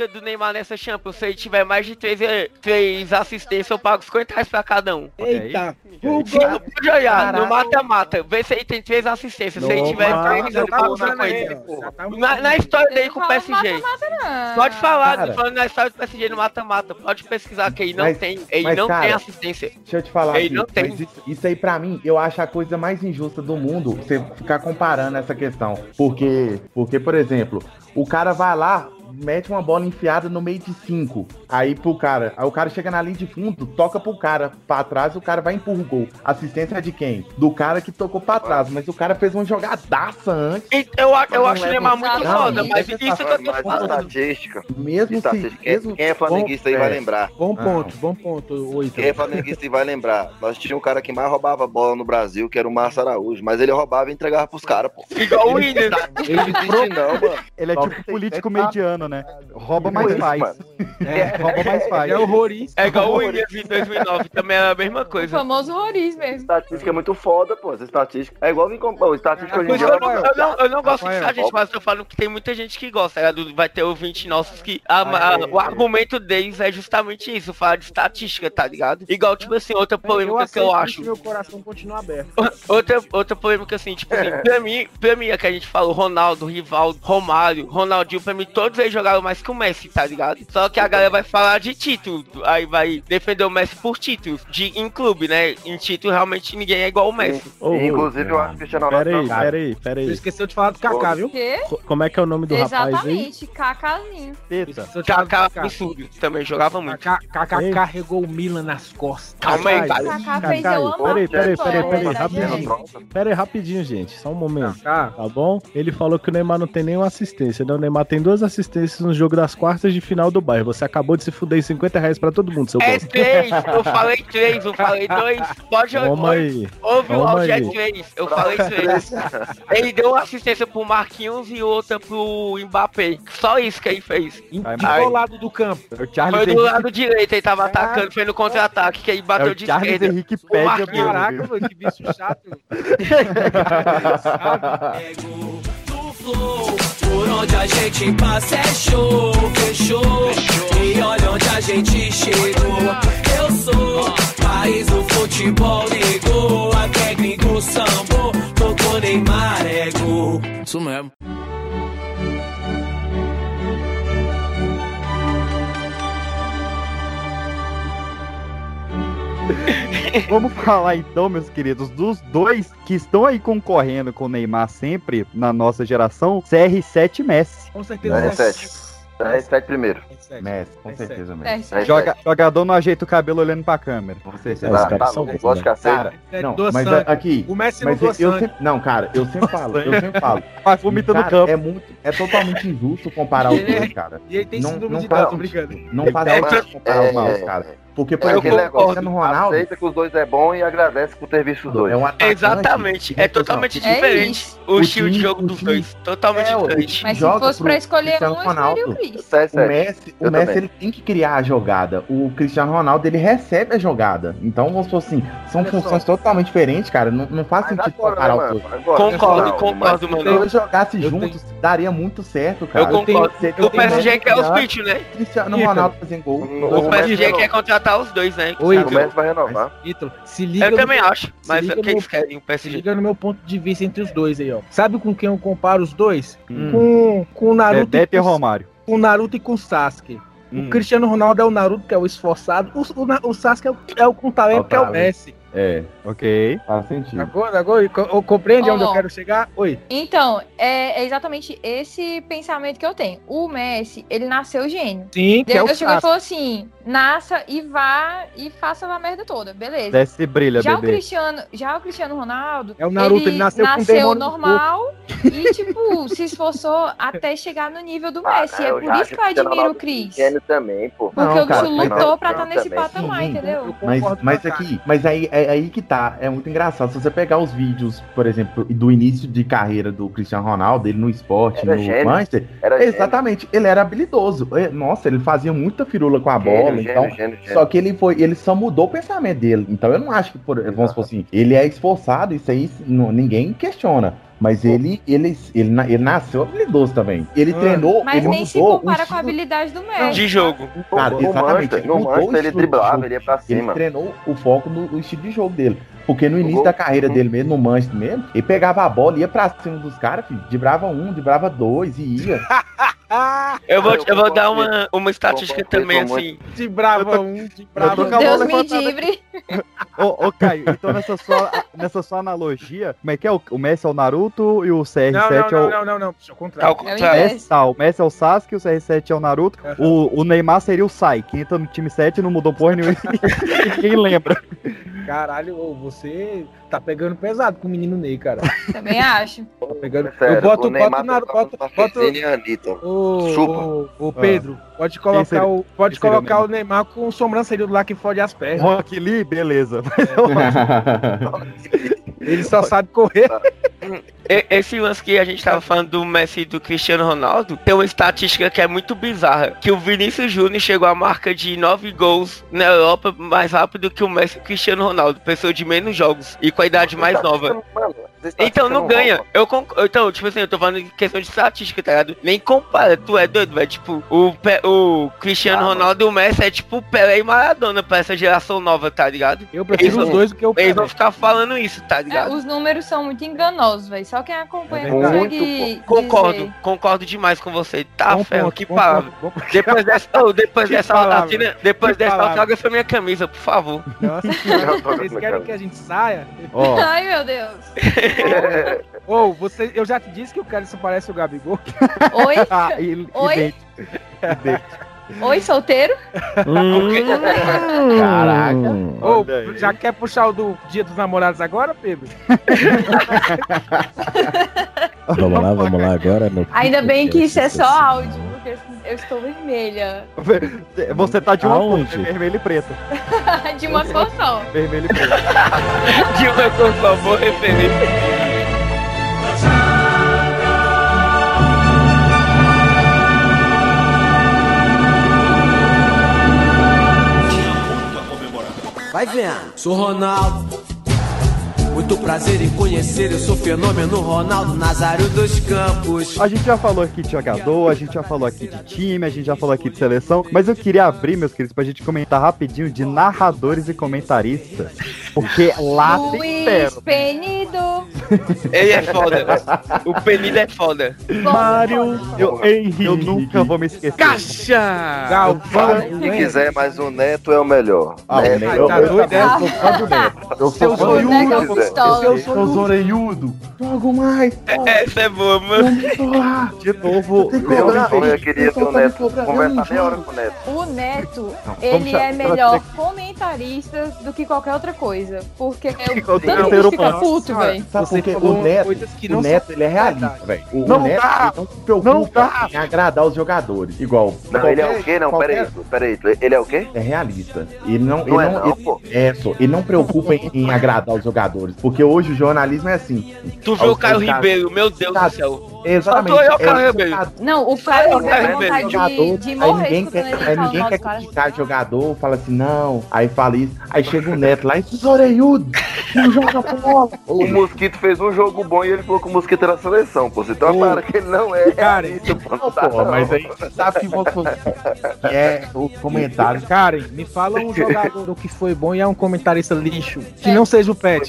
Neymar nessa Champions, se ele tiver mais de três, três assistências, eu pago cinquenta reais pra cada um. Eita. Sim, eu pode olhar, no mata-mata, vê se ele tem três assistências. Se ele tiver três, eu pago cinquenta. Na, na história dele com o P S G. Pode falar, cara, falando na história do P S G no mata-mata. Pode pesquisar que ele não mas, tem. Ele mas, não cara, tem assistência. Deixa eu te falar. Ele aqui, não tem. Isso, isso aí, pra mim, eu acho a coisa mais injusta do mundo você ficar comparando essa questão. Porque, porque, por exemplo, o cara vai lá, mete uma bola enfiada no meio de cinco. Aí pro cara, aí o cara chega na linha de fundo, toca pro cara pra trás, o cara vai e empurra o gol. Assistência é de quem? Do cara que tocou pra trás, mas o cara fez uma jogadaça antes. Eu, eu acho o Neymar muito foda, mas isso que eu tô falando. Estatística. Mesmo estatística. se... Mesmo... Quem é flamenguista aí vai lembrar. Bom ponto, ah. bom ponto. Oito. Quem é flamenguista aí vai lembrar. Nós tínhamos um cara que mais roubava bola no Brasil, que era o Márcio Araújo, mas ele roubava e entregava pros caras, pô. Igual o Willian. Ele não existe não, mano. Ele é tipo político mediano, né? Rouba mais faz. É, rouba mais faz. É horrorista. É igual o Williams em dois mil e nove, também é a mesma coisa. O famoso horrorismo mesmo. Estatística é muito foda, pô. Essa estatística é igual vir comprar. Estatística hoje em dia. Eu não, eu não, eu não gosto de estatística, mas eu tô falando que tem muita gente que gosta. Né? Vai ter ouvintes nossos que. A, a, o argumento deles é justamente isso, falar de estatística, tá ligado? Igual, tipo assim, outra polêmica que eu acho. Meu coração continua aberto. Outra, outra polêmica assim, tipo assim, pra mim, pra mim, é que a gente falou Ronaldo, Rivaldo, Romário, Ronaldinho, pra mim, todos eles jogaram mais que o Messi, tá ligado? Só que a galera vai falar de título, aí vai defender o Messi por título, de, em clube, né? Em título, realmente, ninguém é igual o Messi. Oh, Inclusive, eu acho que o Cristiano Ronaldo... Peraí, peraí, peraí. Você esqueceu de falar do Kaká, viu? Quê? Como é que é o nome do Exatamente, rapaz aí? Exatamente, Kakázinho. Kaká, absurdo, também jogava muito. Kaká carregou o Milan nas costas. Calma aí, cara. Kaká fez eu amar. Peraí, peraí, peraí, peraí, é rapidinho. Peraí, rapidinho, gente, só um momento, tá bom? Ele falou que o Neymar não tem nenhuma assistência, né? O Neymar tem duas assistências no jogo das quartas de final do bairro. Você acabou de se fuder em cinquenta reais pra todo mundo, seu É bosta. três, eu falei três, eu falei dois. Pode ouvir. Ouve o áudio, é três. Eu falei três. Ele deu uma assistência pro Marquinhos e outra pro Mbappé. Só isso que ele fez. Em qual lado do campo? Foi do lado direito, ele tava atacando, foi no contra-ataque, que aí bateu é de esquerda. Henrique pede Caraca, mano, que bicho chato. Por onde a gente passa é show, fechou. E olha onde a gente chegou. Eu sou país do futebol, ligou. Até gringo sambou, tocou Neymar, é gol. Isso mesmo. Vamos falar então, meus queridos, dos dois que estão aí concorrendo com o Neymar sempre na nossa geração, C R sete e Messi. Com certeza. C R sete. C R sete primeiro. Messi, com certeza Messi. Joga, jogador não ajeita o cabelo olhando pra câmera. Com certeza. Tá, tá, tá, eu gosto de cacete. Não, mas aqui, o Messi mas não eu, eu sempre, não, cara, eu sempre falo, eu sempre falo. Mas vomita no campo. É muito, é totalmente injusto comparar os dois, cara. E ele tem não, síndrome não de faz, Down, tô brincando. Não faz é, sentido comparar os dois, cara. Porque, por é exemplo, o Cristiano Ronaldo... Aceita que os dois é bom e agradece por ter visto os dois. É um atacante, Exatamente, é totalmente é diferente isso. o, O estilo de time- jogo o dos time- dois. Totalmente É, o diferente. Mas se joga fosse pro pra escolher Cristiano um, eu escolheria o Ronaldo. Chris. C R sete. O Messi, o Eu Messi também. ele tem que criar a jogada. O Cristiano Ronaldo, ele recebe a jogada. Então, vamos supor assim, são Olha funções só. totalmente diferentes, cara. Não, não faz Mas sentido agora, comparar né, os mano? dois. Agora, Concordo, não, concordo, mas- Se mano. eles jogassem Eu juntos, daria muito certo, cara. Eu concordo. Você tem O P S G quer os Cristiano- pitch, né? Cristiano Ítalo. Ronaldo fazendo gol. O P S G quer contratar os dois, né? Oi, O Messi vai renovar. Ítalo, se liga. Eu no- também acho, se mas liga o que no- eles querem, o P S Se G? liga no meu ponto de vista entre os dois aí, ó. Sabe com quem eu comparo os dois? Hum. Com, com o Naruto Bebeto e com, Romário. com o Naruto e com o Sasuke. Hum. O Cristiano Ronaldo é o Naruto, que é o esforçado. O, o, Na- o Sasuke é o, é o com talento, que é o Otário. Messi. É, Ok. faz sentido. Agora, agora, co- compreende Ó. onde eu quero chegar? Oi. Então, é, é exatamente esse pensamento que eu tenho. O Messi, ele nasceu gênio. Sim, que é o Deus chegou e Sasuke. falou assim: nasça e vá e faça a merda toda, beleza. Desce e brilha, Já o, bebê. Cristiano, já o Cristiano Ronaldo, É o Naruto, ele nasceu com demônio no normal e, tipo, se esforçou até chegar no nível do Ah, Messi. não, é eu por já isso acho que eu que o Cristiano admiro o Ronaldo Cris. Gênio também, pô. Porque Não, o cara, bicho mas- lutou pra estar também. nesse patamar, Sim, entendeu? Mas, Concordo mas com a cara. aqui, mas aí é aí que tá, é muito engraçado. Se você pegar os vídeos, por exemplo, do início de carreira do Cristiano Ronaldo, ele no esporte, Era no gênio. Manchester, Era gênio. exatamente, ele era habilidoso. É, Nossa, ele fazia muita firula com a bola, Gênio, então. gênio, gênio, gênio. Só que ele foi, ele só mudou o pensamento dele. Então eu não acho que, por, vamos supor assim, ele é esforçado, isso aí não- ninguém questiona. Mas ele, ele, ele, na- ele nasceu habilidoso também. Ele treinou, Mas ele nem se mudou o compara com a estilo- habilidade do Messi. De jogo. Cara, No exatamente. Manchester, no mudou o Manchester ele estilo de driblava, jogo. ele ia pra Ele cima. treinou o foco no, no estilo de jogo dele. Porque no início gol. da carreira dele mesmo, no Manchester mesmo, ele pegava a bola, ia pra cima dos caras, filho, driblava um, driblava dois e ia. Eu vou, Eu eu vou dar concordo. uma, uma estatística Concordo também, muito. assim. De brava um, de brava tô com a Deus bola me levantada livre. Ô, ô, Caio, então nessa sua, nessa sua analogia, como é que é? O, o Messi é o Naruto e o C R Não, sete não, é o. não, não, não, não, ao Ao contrário. É o contrário. inverso. Messi, tá, o Messi é o Sasuke, o C R sete é o Naruto, o, o Neymar seria o Sai, que entra no time sete e não mudou porra nenhuma. Ninguém lembra. Caralho, ô, você tá pegando pesado com o menino Ney, cara. Também acho. Tá pegando. Sério, eu boto, o Neymar boto, na, trocava boto, com a boto, Fezine e a Anitta. Ô, Chupa. ô, ô, Pedro, pode Quem colocar seria- o, pode quem seria o colocar o Neymar com o sobrancelhudo lá que fode as pernas. Rock Lee, beleza. Mas eu acho Ele só sabe correr. E- Esse lance que a gente tava falando do Messi e do Cristiano Ronaldo, tem uma estatística que é muito bizarra, que o Vinícius Júnior chegou à marca de nove gols na Europa mais rápido que o Messi e o Cristiano Ronaldo, pessoa de menos jogos e com a idade mais nova. Mano, Então não ganha. Eu conc... Então, tipo assim, eu tô falando em questão de estatística, tá ligado? Nem compara, tu é doido, velho. Tipo, o, Pe- o Cristiano Ah, Ronaldo e o Messi é tipo Pelé e Maradona pra essa geração nova, tá ligado? Eu prefiro Eles os vão- dois do que o Eles vão Pelé. ficar falando isso, tá É, ligado? os números são muito enganosos, velho. Só quem acompanha É consegue Concordo, dizer. concordo demais com você. Tá, Bom ferro, ponto, que bom palavra. ponto, bom ponto. Depois dessa, oh, depois Que dessa palavra. autógrafa, depois Que dessa palavra. autógrafa minha camisa, por favor. Nossa, vocês querem que a gente saia? Ó, Ai, meu Deus. Ou, você, eu já te disse que o cara só parece o Gabigol. Oi? ah, e, Oi? idêntico. Idêntico. Oi, solteiro? Caraca. Ou, Olha aí. já quer puxar o do Dia dos Namorados agora, Pedro? Vamos lá, vamos lá agora. No Ainda bem que isso é só Podcast. áudio, porque eu estou vermelha. Você tá de uma cor, Aonde? vermelho e preto. De uma cor só. Vermelho e preto. De uma por favor, referência. Vai vendo. Sou Ronaldo. Muito prazer em conhecer, eu sou fenômeno Ronaldo Nazário dos Campos. A gente já falou aqui de jogador, a gente já falou aqui de time, a gente já falou aqui de seleção, mas eu queria abrir, meus queridos, pra gente comentar rapidinho de narradores e comentaristas. Porque lá tem Luiz pérola. Penido. Ele é foda. O Penido é foda. Mário Eu, Henrique. eu nunca vou me esquecer. Caixa! Galvão. Se quiser, mas o Neto é o melhor. Ah, o Neto Neto, é o tá melhor. doido, é? Eu sou fã do Neto. Eu Seu sou fã do Boneca Neto. pistola. Eu sou zoreiudo. Jogo mais. Essa é boa, mano. De novo, Tem que eu, cobrar. Eu, eu queria ter o Falta me Neto. cobrar, eu Conversar não meia hora jogo. com o Neto. O Neto, Não, vamos ele chamar- é melhor comentarista do que qualquer outra coisa. Porque o tenho tanto que ser ele fica humano. puto, velho. Sabe Você por quê? falou O Neto, coisas que o não Neto são ele é realista, verdade. velho. O, Não o Neto dá! ele não se preocupa Não dá! em agradar os jogadores. Igual. Não, ele é qualquer- o quê? Não, qualquer- peraí, peraí. Ele é o quê? É realista. Ele não, Não ele é não, não, ele, pô. é, só, ele não preocupa em, em agradar os jogadores. Porque hoje o jornalismo é assim. Tu viu o Os- Caio os caras- Ribeiro, meu Deus do céu. Exatamente. Só tô eu, Caio é, Ribeiro. jogador- Não, o cara Não, tem cara, vontade de, jogador, de aí morrer ninguém escutando quer, ele aí falar ninguém mal quer dos caras. criticar jogador, fala assim, não, aí fala isso, aí chega o Neto lá, esses orelhudos, não joga bola. O Mosquito fez um jogo bom e ele falou que o Mosquito era a seleção, pô. Você tá Ô. para que ele não é. Cara, isso, pô. Não, Não dá, pô, não. mas aí sabe que você que é o comentário. Karen, me fala um jogador do que foi bom e é um comentarista lixo. Que não seja o Pet.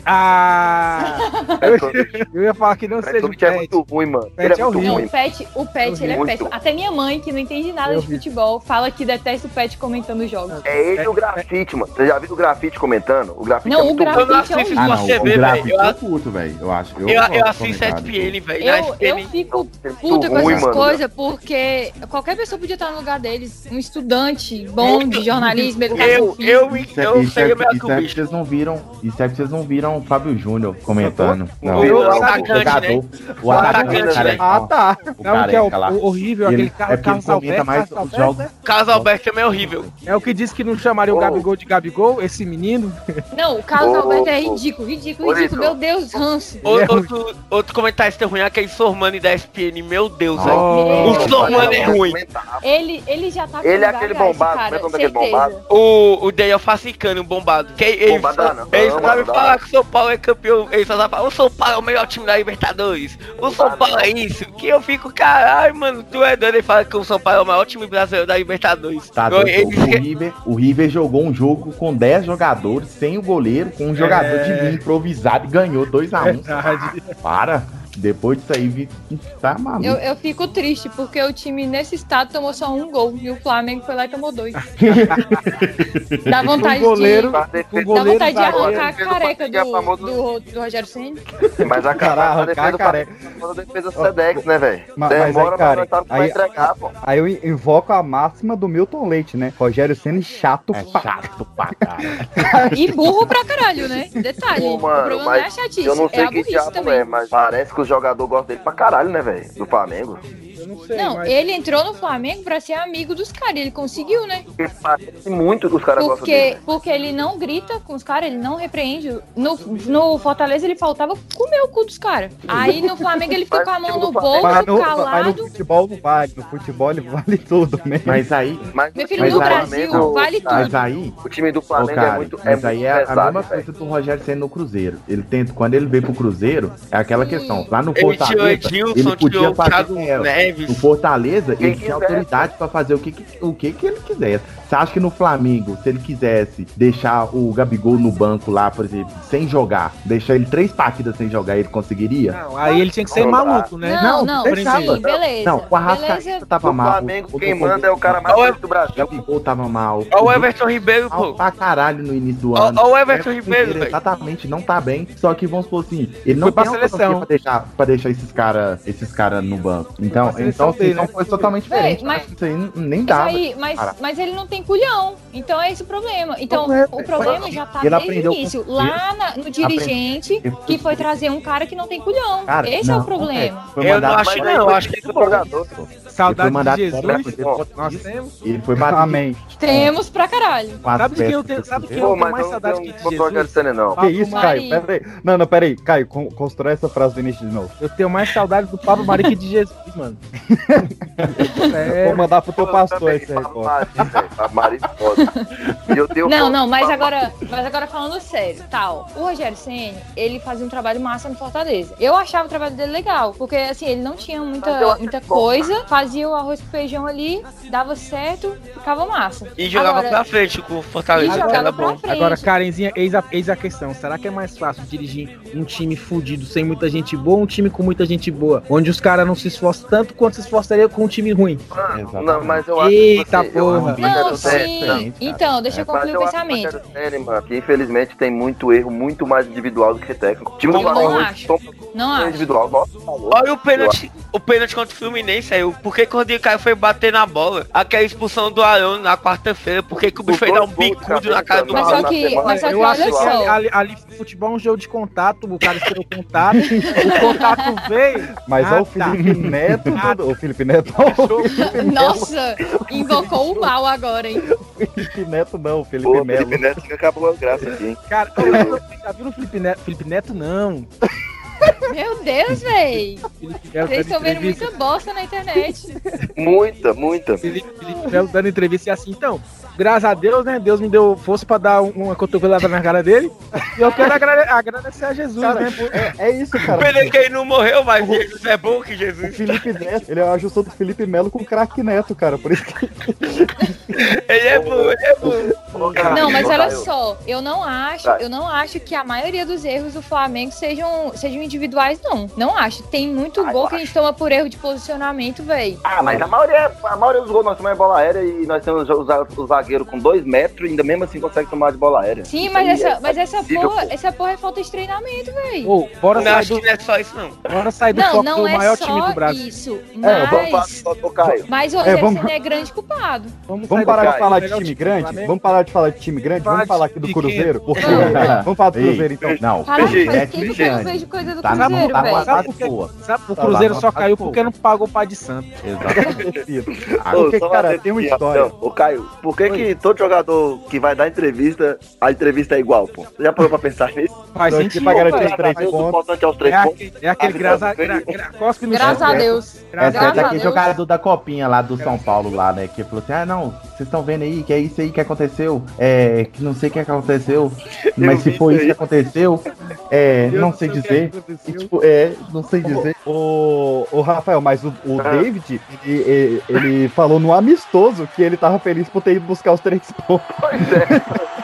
Ah! Eu, eu ia falar que não Pet seja o Summit é Pet. muito ruim, mano. Pet Ele é é muito horrível. Não, ruim. o Pet, o Pet ele é Muito. péssimo. Até minha mãe, que não entende nada de futebol, fala que detesta o Pet comentando os jogos. É ele e o grafite, mano. Você já viu o grafite comentando? O grafite Não, é o muito grafite ruim. Eu não assisto Ah, pra não, T o V, gráfico velho. Eu, eu curto, velho, eu acho. Eu, eu, gosto eu de assisto comentário. S P N, velho. Na Eu, eu S P N. fico Muito puta com ruim, essas mano. coisas, porque qualquer pessoa podia estar no lugar deles. Um estudante bom de jornalismo, educação Eu, física. eu, Isso é, eu isso, sei é, melhor que isso o é que bicho. vocês não viram. Isso é que vocês não viram o Fábio Júnior comentando. Não, O o atacante, jogador. né? O atacante, atacante, cara, né? Ah, tá. o Não, que é o, careca lá. o horrível, Ele- aquele é carro, porque ele Carlos comenta Alberto, mais Carlos os Alberto, jogos. né? Carlos Alberto também é horrível. É o que disse que não chamaria o Oh. Gabigol de Gabigol, esse menino. Não, o Carlos Ô, Alberto é ô, ridículo, ridículo, ridículo. Meu Deus, ranço. Outro, outro comentário ruim é aquele Sormani da S P N. Meu Deus, velho. Oh, o Sormani é ruim. Ele, ele já tá com Ele é aquele bombado, cara, como é aquele bombado? O, o Daniel Facicano, o bombado. Que ele, Bombada, não. Ele Não, sabe não, falar não. que o São Paulo é campeão. Ele só sabe falar, o São Paulo é o melhor time da Libertadores. O São Paulo é isso. Que eu fico, caralho, mano, tu é doido. Ele fala que o São Paulo é o maior time brasileiro da Libertadores. Tá, Eu, ele... o, River, o River jogou um jogo com dez jogadores, sem o goleiro, com um jogador É. de linha improvisado e ganhou dois a um. Para. Depois disso aí, vi- tá maluco. Eu, eu fico triste, porque o time nesse estado tomou só um gol e o Flamengo foi lá e tomou dois. Dá vontade Um goleiro- de. um Dá goleiro vontade de zagueiro. arrancar a careca do, famoso- do, do Rogério Ceni. Mas a Cara, cara, a arrancar defesa a do careca. Flamengo a defesa do Sedex, né, velho? Ma- Mas, Demora, aí, cara, mas nós tá aí, pra entregar, pô. aí eu invoco a máxima do Milton Leite, né? Rogério Ceni chato É pra chato pra caralho. E burro pra caralho, né? Detalhe. Pô, o mano, problema não é a mas chatice, eu não é sei a que burrice diabo também. é, mas parece que os jogadores gostam dele pra caralho, né, velho? Do Flamengo. Eu não sei, Não, mas... ele entrou no Flamengo pra ser amigo dos caras, e ele conseguiu, né? Porque parece muito que os caras gostam dele. Porque, porque ele não grita com os caras, ele não repreende. No, no Fortaleza ele faltava comer o cu dos caras. Aí no Flamengo ele fica com a mão no bolso, Mas no, mas calado. no futebol não vale, no futebol ele vale tudo mesmo. Mas aí. Mas, Meu filho, mas no aí- Brasil vale Mas tudo. aí. O time do Ô, Flamengo cara, é muito, é mas muito aí é a pesado, mesma velho. coisa do Rogério sendo no Cruzeiro. Ele tenta, quando ele veio pro Cruzeiro, é aquela questão. Lá no Ele tinha o Fortaleza, Edilson, ele tinha podia o fazer Thiago é, Neves. no Fortaleza, Quem ele tinha quisesse. autoridade pra fazer o que, que- o que, que ele quisesse. Você acha que no Flamengo, se ele quisesse deixar o Gabigol no banco lá, por exemplo, sem jogar, deixar ele três partidas sem jogar, ele conseguiria? Não, aí ele tinha que ser Não, maluco, né? Não, não, deixava. sim, beleza. Não, o Arrascaeta beleza. tava No mal. Flamengo, o- quem o- manda é o cara mais Olha- forte do Brasil. O Gabigol tava mal. Olha o Everton Ribeiro, Mal pô. pra caralho no início do Ó, ano. ó o Everton É, Ribeiro, ele velho. Exatamente, não tá bem. Só que vamos supor assim, ele não Foi pra tem seleção. autonomia pra deixar, pra deixar esses caras esses cara no banco. Então, pra seleção então assim, dele, são né? coisas totalmente Véi, diferentes. mas- Acho que isso aí n- nem Mas, dá. aí, mas, cara. mas ele não tem culhão. Então é esse o problema. Então, Não é, o velho. problema já tá Ele desde o aprendeu com início. o Lá na- no dirigente, Aprendeu. que foi trazer um cara que não tem culhão. Cara, Esse não, é o problema. Foi Eu não mandado- acho, Mas não, aí eu foi acho que do jogador, pô. Ele foi Saudade mandado de embora Jesus, porque nós temos. Ele foi batido Amém. Temos pra caralho. com as Sabe de quem eu peças tenho- sabe do quem Pô, eu mas mais eu não saudade tenho que de contra o Rogério Jesus. Ceni, não. Que isso, Mari. Caio? Pera aí. Não, não, pera aí. Caio, con- constrói essa frase do início de novo. Eu tenho mais saudade do Pablo Mari que de Jesus, mano. É, Vou mandar pro teu Eu pastor também, esse Pablo resposta. Mari, velho, Pablo Mari foda. E eu tenho Não, foto não, do mas Pablo agora, mas agora falando sério, tal. O Rogério Ceni, ele fazia um trabalho massa no Fortaleza. Eu achava o trabalho dele legal, porque assim, ele não tinha Mas eu muita, acho muita bom, coisa, fazia o arroz com feijão ali, dava certo, ficava massa. E jogava Agora, pra frente com o Fortaleza, E que jogava era pra bom. frente. Agora, Karenzinha, eis a, eis a questão. Será que é mais fácil dirigir um time fudido sem muita gente boa ou um time com muita gente boa? Onde os caras não se esforçam tanto quanto se esforçariam com um time ruim. Mano, não, mas eu acho Eita que você, eu porra. acho que o Não, Rogério Ceni- sim. cara. Então, deixa eu Mas concluir o eu acho que o pensamento. Rogério Ceni, mano, que infelizmente tem muito erro, muito mais individual do que técnico. O time do Eu não Flamengo acho. toma Não acho. individual. Nossa, tá louco. Olha o pênalti, o pênalti contra o Fluminense aí. Por que que o Rodrigo Caio foi bater na bola? Aquela expulsão do Arão na quarta-feira. Por que que o bicho foi dar um bicudo na cara do Mas só maluco? que, mas só que eu olha acho que só. ali, ali, ali futebol é um jogo de contato, o cara esperou o contato, o contato veio. Mas ah, ó o tá. Felipe Neto, do- o Felipe Neto, ó, o Felipe Melo. Nossa, invocou o mal agora, hein? Felipe Neto não, o Felipe Pô, Melo. Felipe Neto que acabou a graça aqui, hein? Cara, eu, já viu o Felipe Neto? Felipe Neto não. Meu Deus, véi. Felipe Melo Vocês dando estão vendo entrevista- muita bosta na internet. Muita, muita. Felipe, Felipe Melo dando entrevista e assim, então, graças a Deus, né? Deus me deu força pra dar um- uma cotovelada na cara dele. E eu quero agrade- agradecer a Jesus, Cara, né? por- é, é isso, cara. Pena que ele não morreu, mas Jesus é bom que O Jesus. Felipe Neto, ele é a junção do Felipe Melo com o craque Neto, cara. Por isso que. Ele é bom, ele é bom. Não, mas Ô, olha Caio, só, eu não acho, Vai. eu não acho que a maioria dos erros do Flamengo sejam, sejam individuais, não. Não acho. Tem muito Ah, gol eu que a gente toma por erro de posicionamento, véi. Ah, mas a maioria, a maioria dos gols nós tomamos é bola aérea e nós temos os, os zagueiros com dois metros e ainda mesmo assim consegue tomar de bola aérea. Sim, Isso mas aí essa, é mas essa possível, porra, pô. essa porra é falta de treinamento, véi. Ô, bora Não sair acho do, que não é só isso, não. bora sair do Não, foco não do é maior só time do Brasil. isso, É, Vamos mas, falar do Caio. mas o É, Rogério vamos- Ceni é grande culpado. Vamos, Vamos sair do parar de foco falar do de melhor time do grande? Flamengo. Vamos parar de falar de time grande, vamos falar aqui do Cruzeiro. Porque... Vamos falar do Cruzeiro, então. Não, Caraca, P G, faz é tempo time que eu não grande. vejo coisa do Tá na Cruzeiro, tá velho. numa Sabe fase por que, boa. sabe, o Tá Cruzeiro lá, só numa fase caiu boa. porque não pagou o pai de santo. Exatamente. Porque, Ô, cara, só tem uma aqui, história. rapidão. Ô, Caio, por que que todo jogador que vai dar entrevista, a entrevista é igual, pô? Você já parou pra pensar nisso? Faz Tô aqui sentido, pra garantir velho. os três Mas o pontos. importante é os três É pontos. aquele, é aquele graça, gra, gra, cospe no Graças chão. a Deus. É Graças certo a aquele Deus. jogador da copinha lá do São Paulo lá, né? Que falou assim, ah não, vocês estão vendo aí que é isso aí que aconteceu, é, que não sei o que aconteceu, mas se foi isso que aconteceu, é, não sei dizer. E, tipo, é, não sei dizer. O, o Rafael, mas o, o David, ele, ele falou no amistoso que ele tava feliz por ter ido buscar os três pontos. Pois é.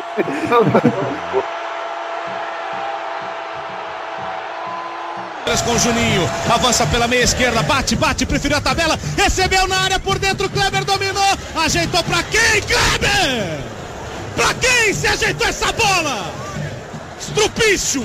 Com o Juninho, avança pela meia esquerda, bate, bate, preferiu a tabela, recebeu na área por dentro, Kleber dominou, ajeitou pra quem, Kleber? Pra quem se ajeitou essa bola? Estrupício!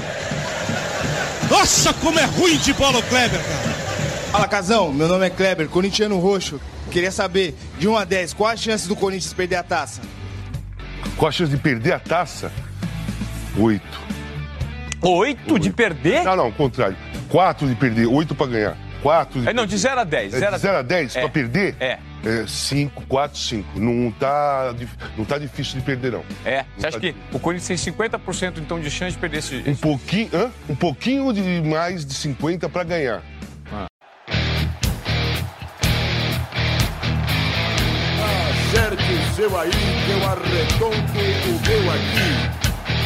Nossa, como é ruim de bola o Kleber, cara! Fala, Casão, meu nome é Kleber, corintiano roxo. Queria saber, de um a dez, qual a chance do Corinthians perder a taça? Qual a chance de perder a taça? Oito. Oito de perder? Não, não, contrário. Quatro de perder, oito pra ganhar. Quatro de É, não, de zero a dez. É, de zero a dez É. pra perder? É. É, cinco, quatro, cinco. Não tá, dif- não tá difícil de perder, não. É. Você Não acha tá que o Corinthians tem cinquenta por cento então de chance de perder esse. Um pouquinho, hã? Um pouquinho de mais de cinquenta pra ganhar. Acerte o seu aí, que eu arredondo o meu aqui.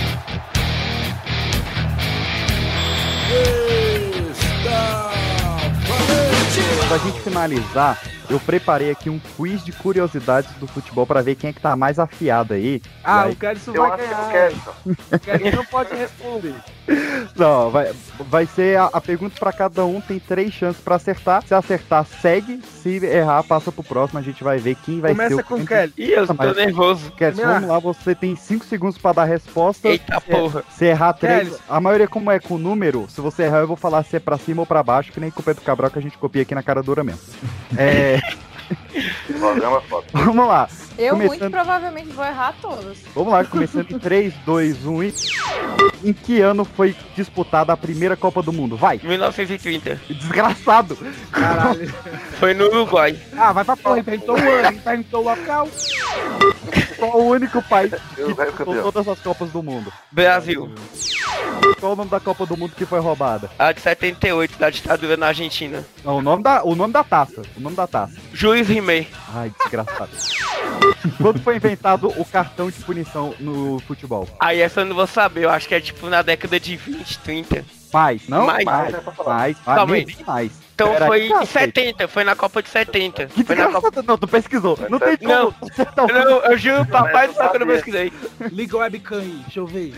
Está valente! Pra gente finalizar, eu preparei aqui um quiz de curiosidades do futebol pra ver quem é que tá mais afiado aí. Ah, E aí- o Kelson Eu vai acho que ganhar. eu quero. O Kelson não pode responder. Não, vai, vai ser a, a pergunta pra cada um, tem três chances pra acertar. Se acertar, segue. Se errar, passa pro próximo. A gente vai ver quem vai Começa ser o com o campeão. Kelly. Ih, eu tô Mas- nervoso. Kelly, vamos lá, você tem cinco segundos pra dar a resposta. Eita se, porra. Se errar três, Kelly. a maioria como é com número, se você errar eu vou falar se é pra cima ou pra baixo, que nem com o Pedro Cabral que a gente copia aqui na cara dura mesmo. É, Programa foda. vamos lá. Eu muito Começando- provavelmente vou errar todos. Vamos lá, começando em três, dois, um e... Em que ano foi disputada a primeira Copa do Mundo? Vai! mil novecentos e trinta. Desgraçado! Caralho. Foi no Uruguai. Ah, vai pra porra, ele perguntou o ano, ele perguntou o local. Qual o único país que Eu ganho disputou campeão. todas as Copas do Mundo? Brasil. Qual o nome da Copa do Mundo que foi roubada? A de setenta e oito, da ditadura na Argentina. Não, o nome da, o nome da taça. O nome da taça. Juiz Rimei. Ai, desgraçado. Quando foi inventado o cartão de punição no futebol? Aí essa eu não vou saber, eu acho que é tipo na década de vinte, trinta. Mais, não? Mais. mais, mais, Calma mais, aí. bem mais. Então Pera foi aí, em cacete. setenta, foi na Copa de setenta. Que Foi na Copa... desgraçado. Não, tu pesquisou. Não tem como. Não, acertar o- não, eu juro, papai do céu que eu não pesquisei. Liga o webcam aí, deixa eu ver.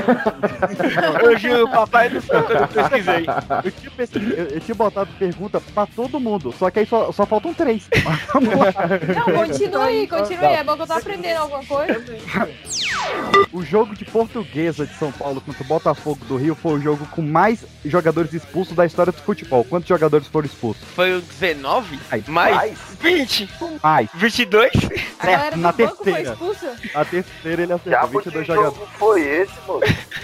Eu juro, papai do céu que eu não pesquisei. Eu tinha, pesquis- eu- eu tinha botado pergunta pra todo mundo, só que aí só, só faltam três. Mas vamos lá. Não, continua aí, continua aí. É bom que eu tô aprendendo alguma coisa. O jogo de Portuguesa de São Paulo contra o Botafogo do Rio foi o jogo com mais jogadores expulsos da história do futebol. Quantos jogadores foram expulsos? Foi o dezenove? Ai, Mais? vinte? Mais. vinte e dois? A galera do na banco foi terceira. expulsa? A terceira ele Já acertou vinte vinte e dois que jogadores. jogo foi esse, moço?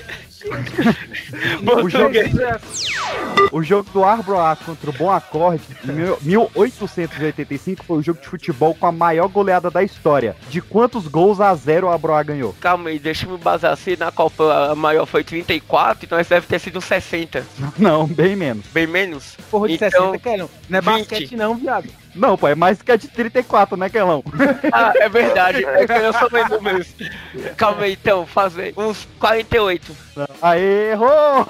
O jogo, o jogo do Arbroath contra o Bom Acorde em mil- mil oitocentos e oitenta e cinco foi o jogo de futebol com a maior goleada da história. De quantos gols a zero o Arbroath ganhou? Calma aí, deixa eu me basar assim, na Copa a maior foi trinta e quatro, então esse deve ter sido sessenta. Não, bem menos. Bem menos? Porra de Então, sessenta, Kelly. Não é vinte. basquete não, viado. Não, pô, é mais que a de trinta e quatro, né, Kelão? Ah, é verdade, é que eu sou bem números. Calma aí, então, fazer uns quarenta e oito. Aê, errou!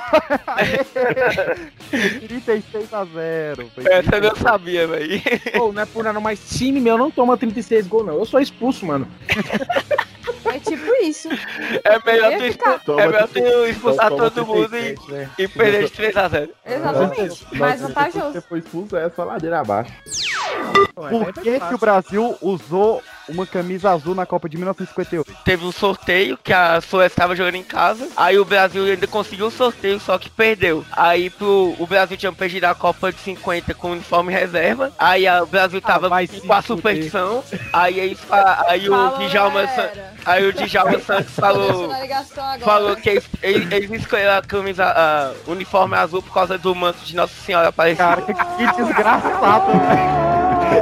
Aê! trinta e seis a zero. Foi Essa eu não sabia, velho. Pô, não é por nada, mas time meu não toma trinta e seis gols, não. Eu sou expulso, mano. É tipo isso. É melhor Eu tu, ia expul... ficar- é melhor tu expulsar Toma todo mundo trinta e e, seis, né? e perder de três a zero. Exatamente. Mais vantajoso. Você foi expulso, é só ladeira abaixo. Por que, que o Brasil usou uma camisa azul na Copa de mil novecentos e cinquenta e oito. Teve um sorteio que a Suécia estava jogando em casa. Aí o Brasil ainda conseguiu o sorteio, só que perdeu. Aí pro, o Brasil tinha perdido a Copa de cinquenta com uniforme reserva. Aí a, o Brasil tava ah, com a superstição. Aí, aí, aí o Djalma Santos, aí o Djalma Santos falou, falou que eles, eles escolheram a camisa, a uniforme azul por causa do manto de Nossa Senhora Aparecida. Cara, que, que desgraçado, velho.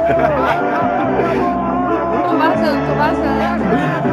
Tô vazando, tô vazando.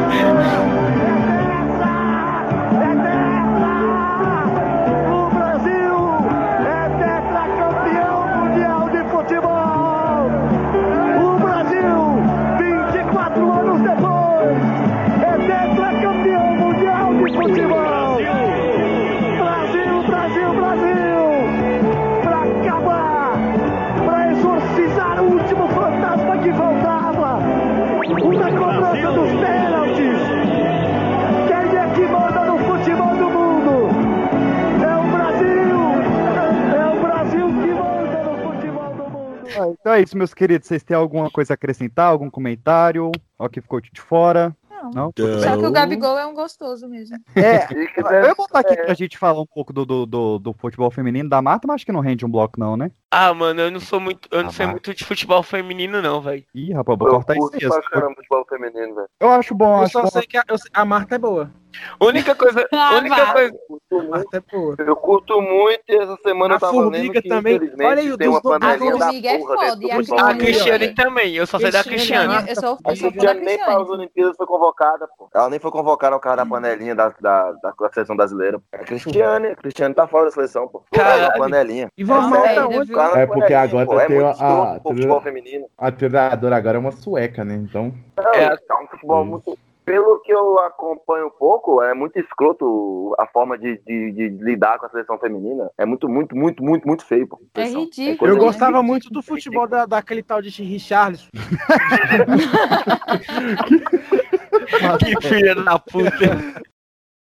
O Brasil é tetracampeão mundial de futebol. O Brasil, vinte e quatro anos depois, é tetracampeão mundial de futebol. Brasil, Brasil, Brasil. Pra acabar, pra exorcizar o último fantasma que faltava. Uma cobrança dos pênaltis. Quem é que manda no futebol do mundo? É o Brasil. É o Brasil que manda no futebol do mundo. Ah, então é isso, meus queridos. Vocês têm alguma coisa a acrescentar? Algum comentário? Ó, que ficou de fora? Não? Não? Só que o Gabigol é um gostoso mesmo. É, eu vou botar aqui pra gente falar um pouco do, do, do, do futebol feminino da Marta, mas acho que não rende um bloco não, né? Ah, mano, eu não sou muito, eu não ah, sei vai. muito de futebol feminino não, velho. Ih, rapaz, vou cortar isso aí. Eu futebol feminino, velho. Eu acho bom, eu acho só bom. sei que a, eu, a Marta é boa. Única coisa, Ah, única vai. coisa. A Marta é boa. Eu curto muito e essa semana A eu tava Formiga lendo que, também. infelizmente, Olha aí, tem uma dos- panelinha a da Formiga é porra foda, dentro e a do futebol A Cristiane feminino. Cristiane também, eu só sei da Cristiane, Cristiane. Eu sou, A eu sou fã da Cristiane nem para as Cristiane. Olimpíadas foi convocada, pô. Ela nem foi convocada ao cara da panelinha da, da, da, da seleção brasileira. Pô. A Cristiane, a Cristiane tá fora da seleção, pô. Caralho. Da panelinha. E vamos É, pra ainda onde? viu? Cara na É porque panelinha, agora pô. É tem muito a- escroto a- pro futebol feminino. A treinadora agora é uma sueca, né? Então. Não, É. é um futebol muito. Pelo que eu acompanho um pouco, é muito escroto a forma de, de, de lidar com a seleção feminina. É muito, muito, muito, muito, muito feio, pô. É Seleção. ridículo. coisa Eu né? gostava muito do futebol da, daquele tal de Richarlison. Que filha da puta.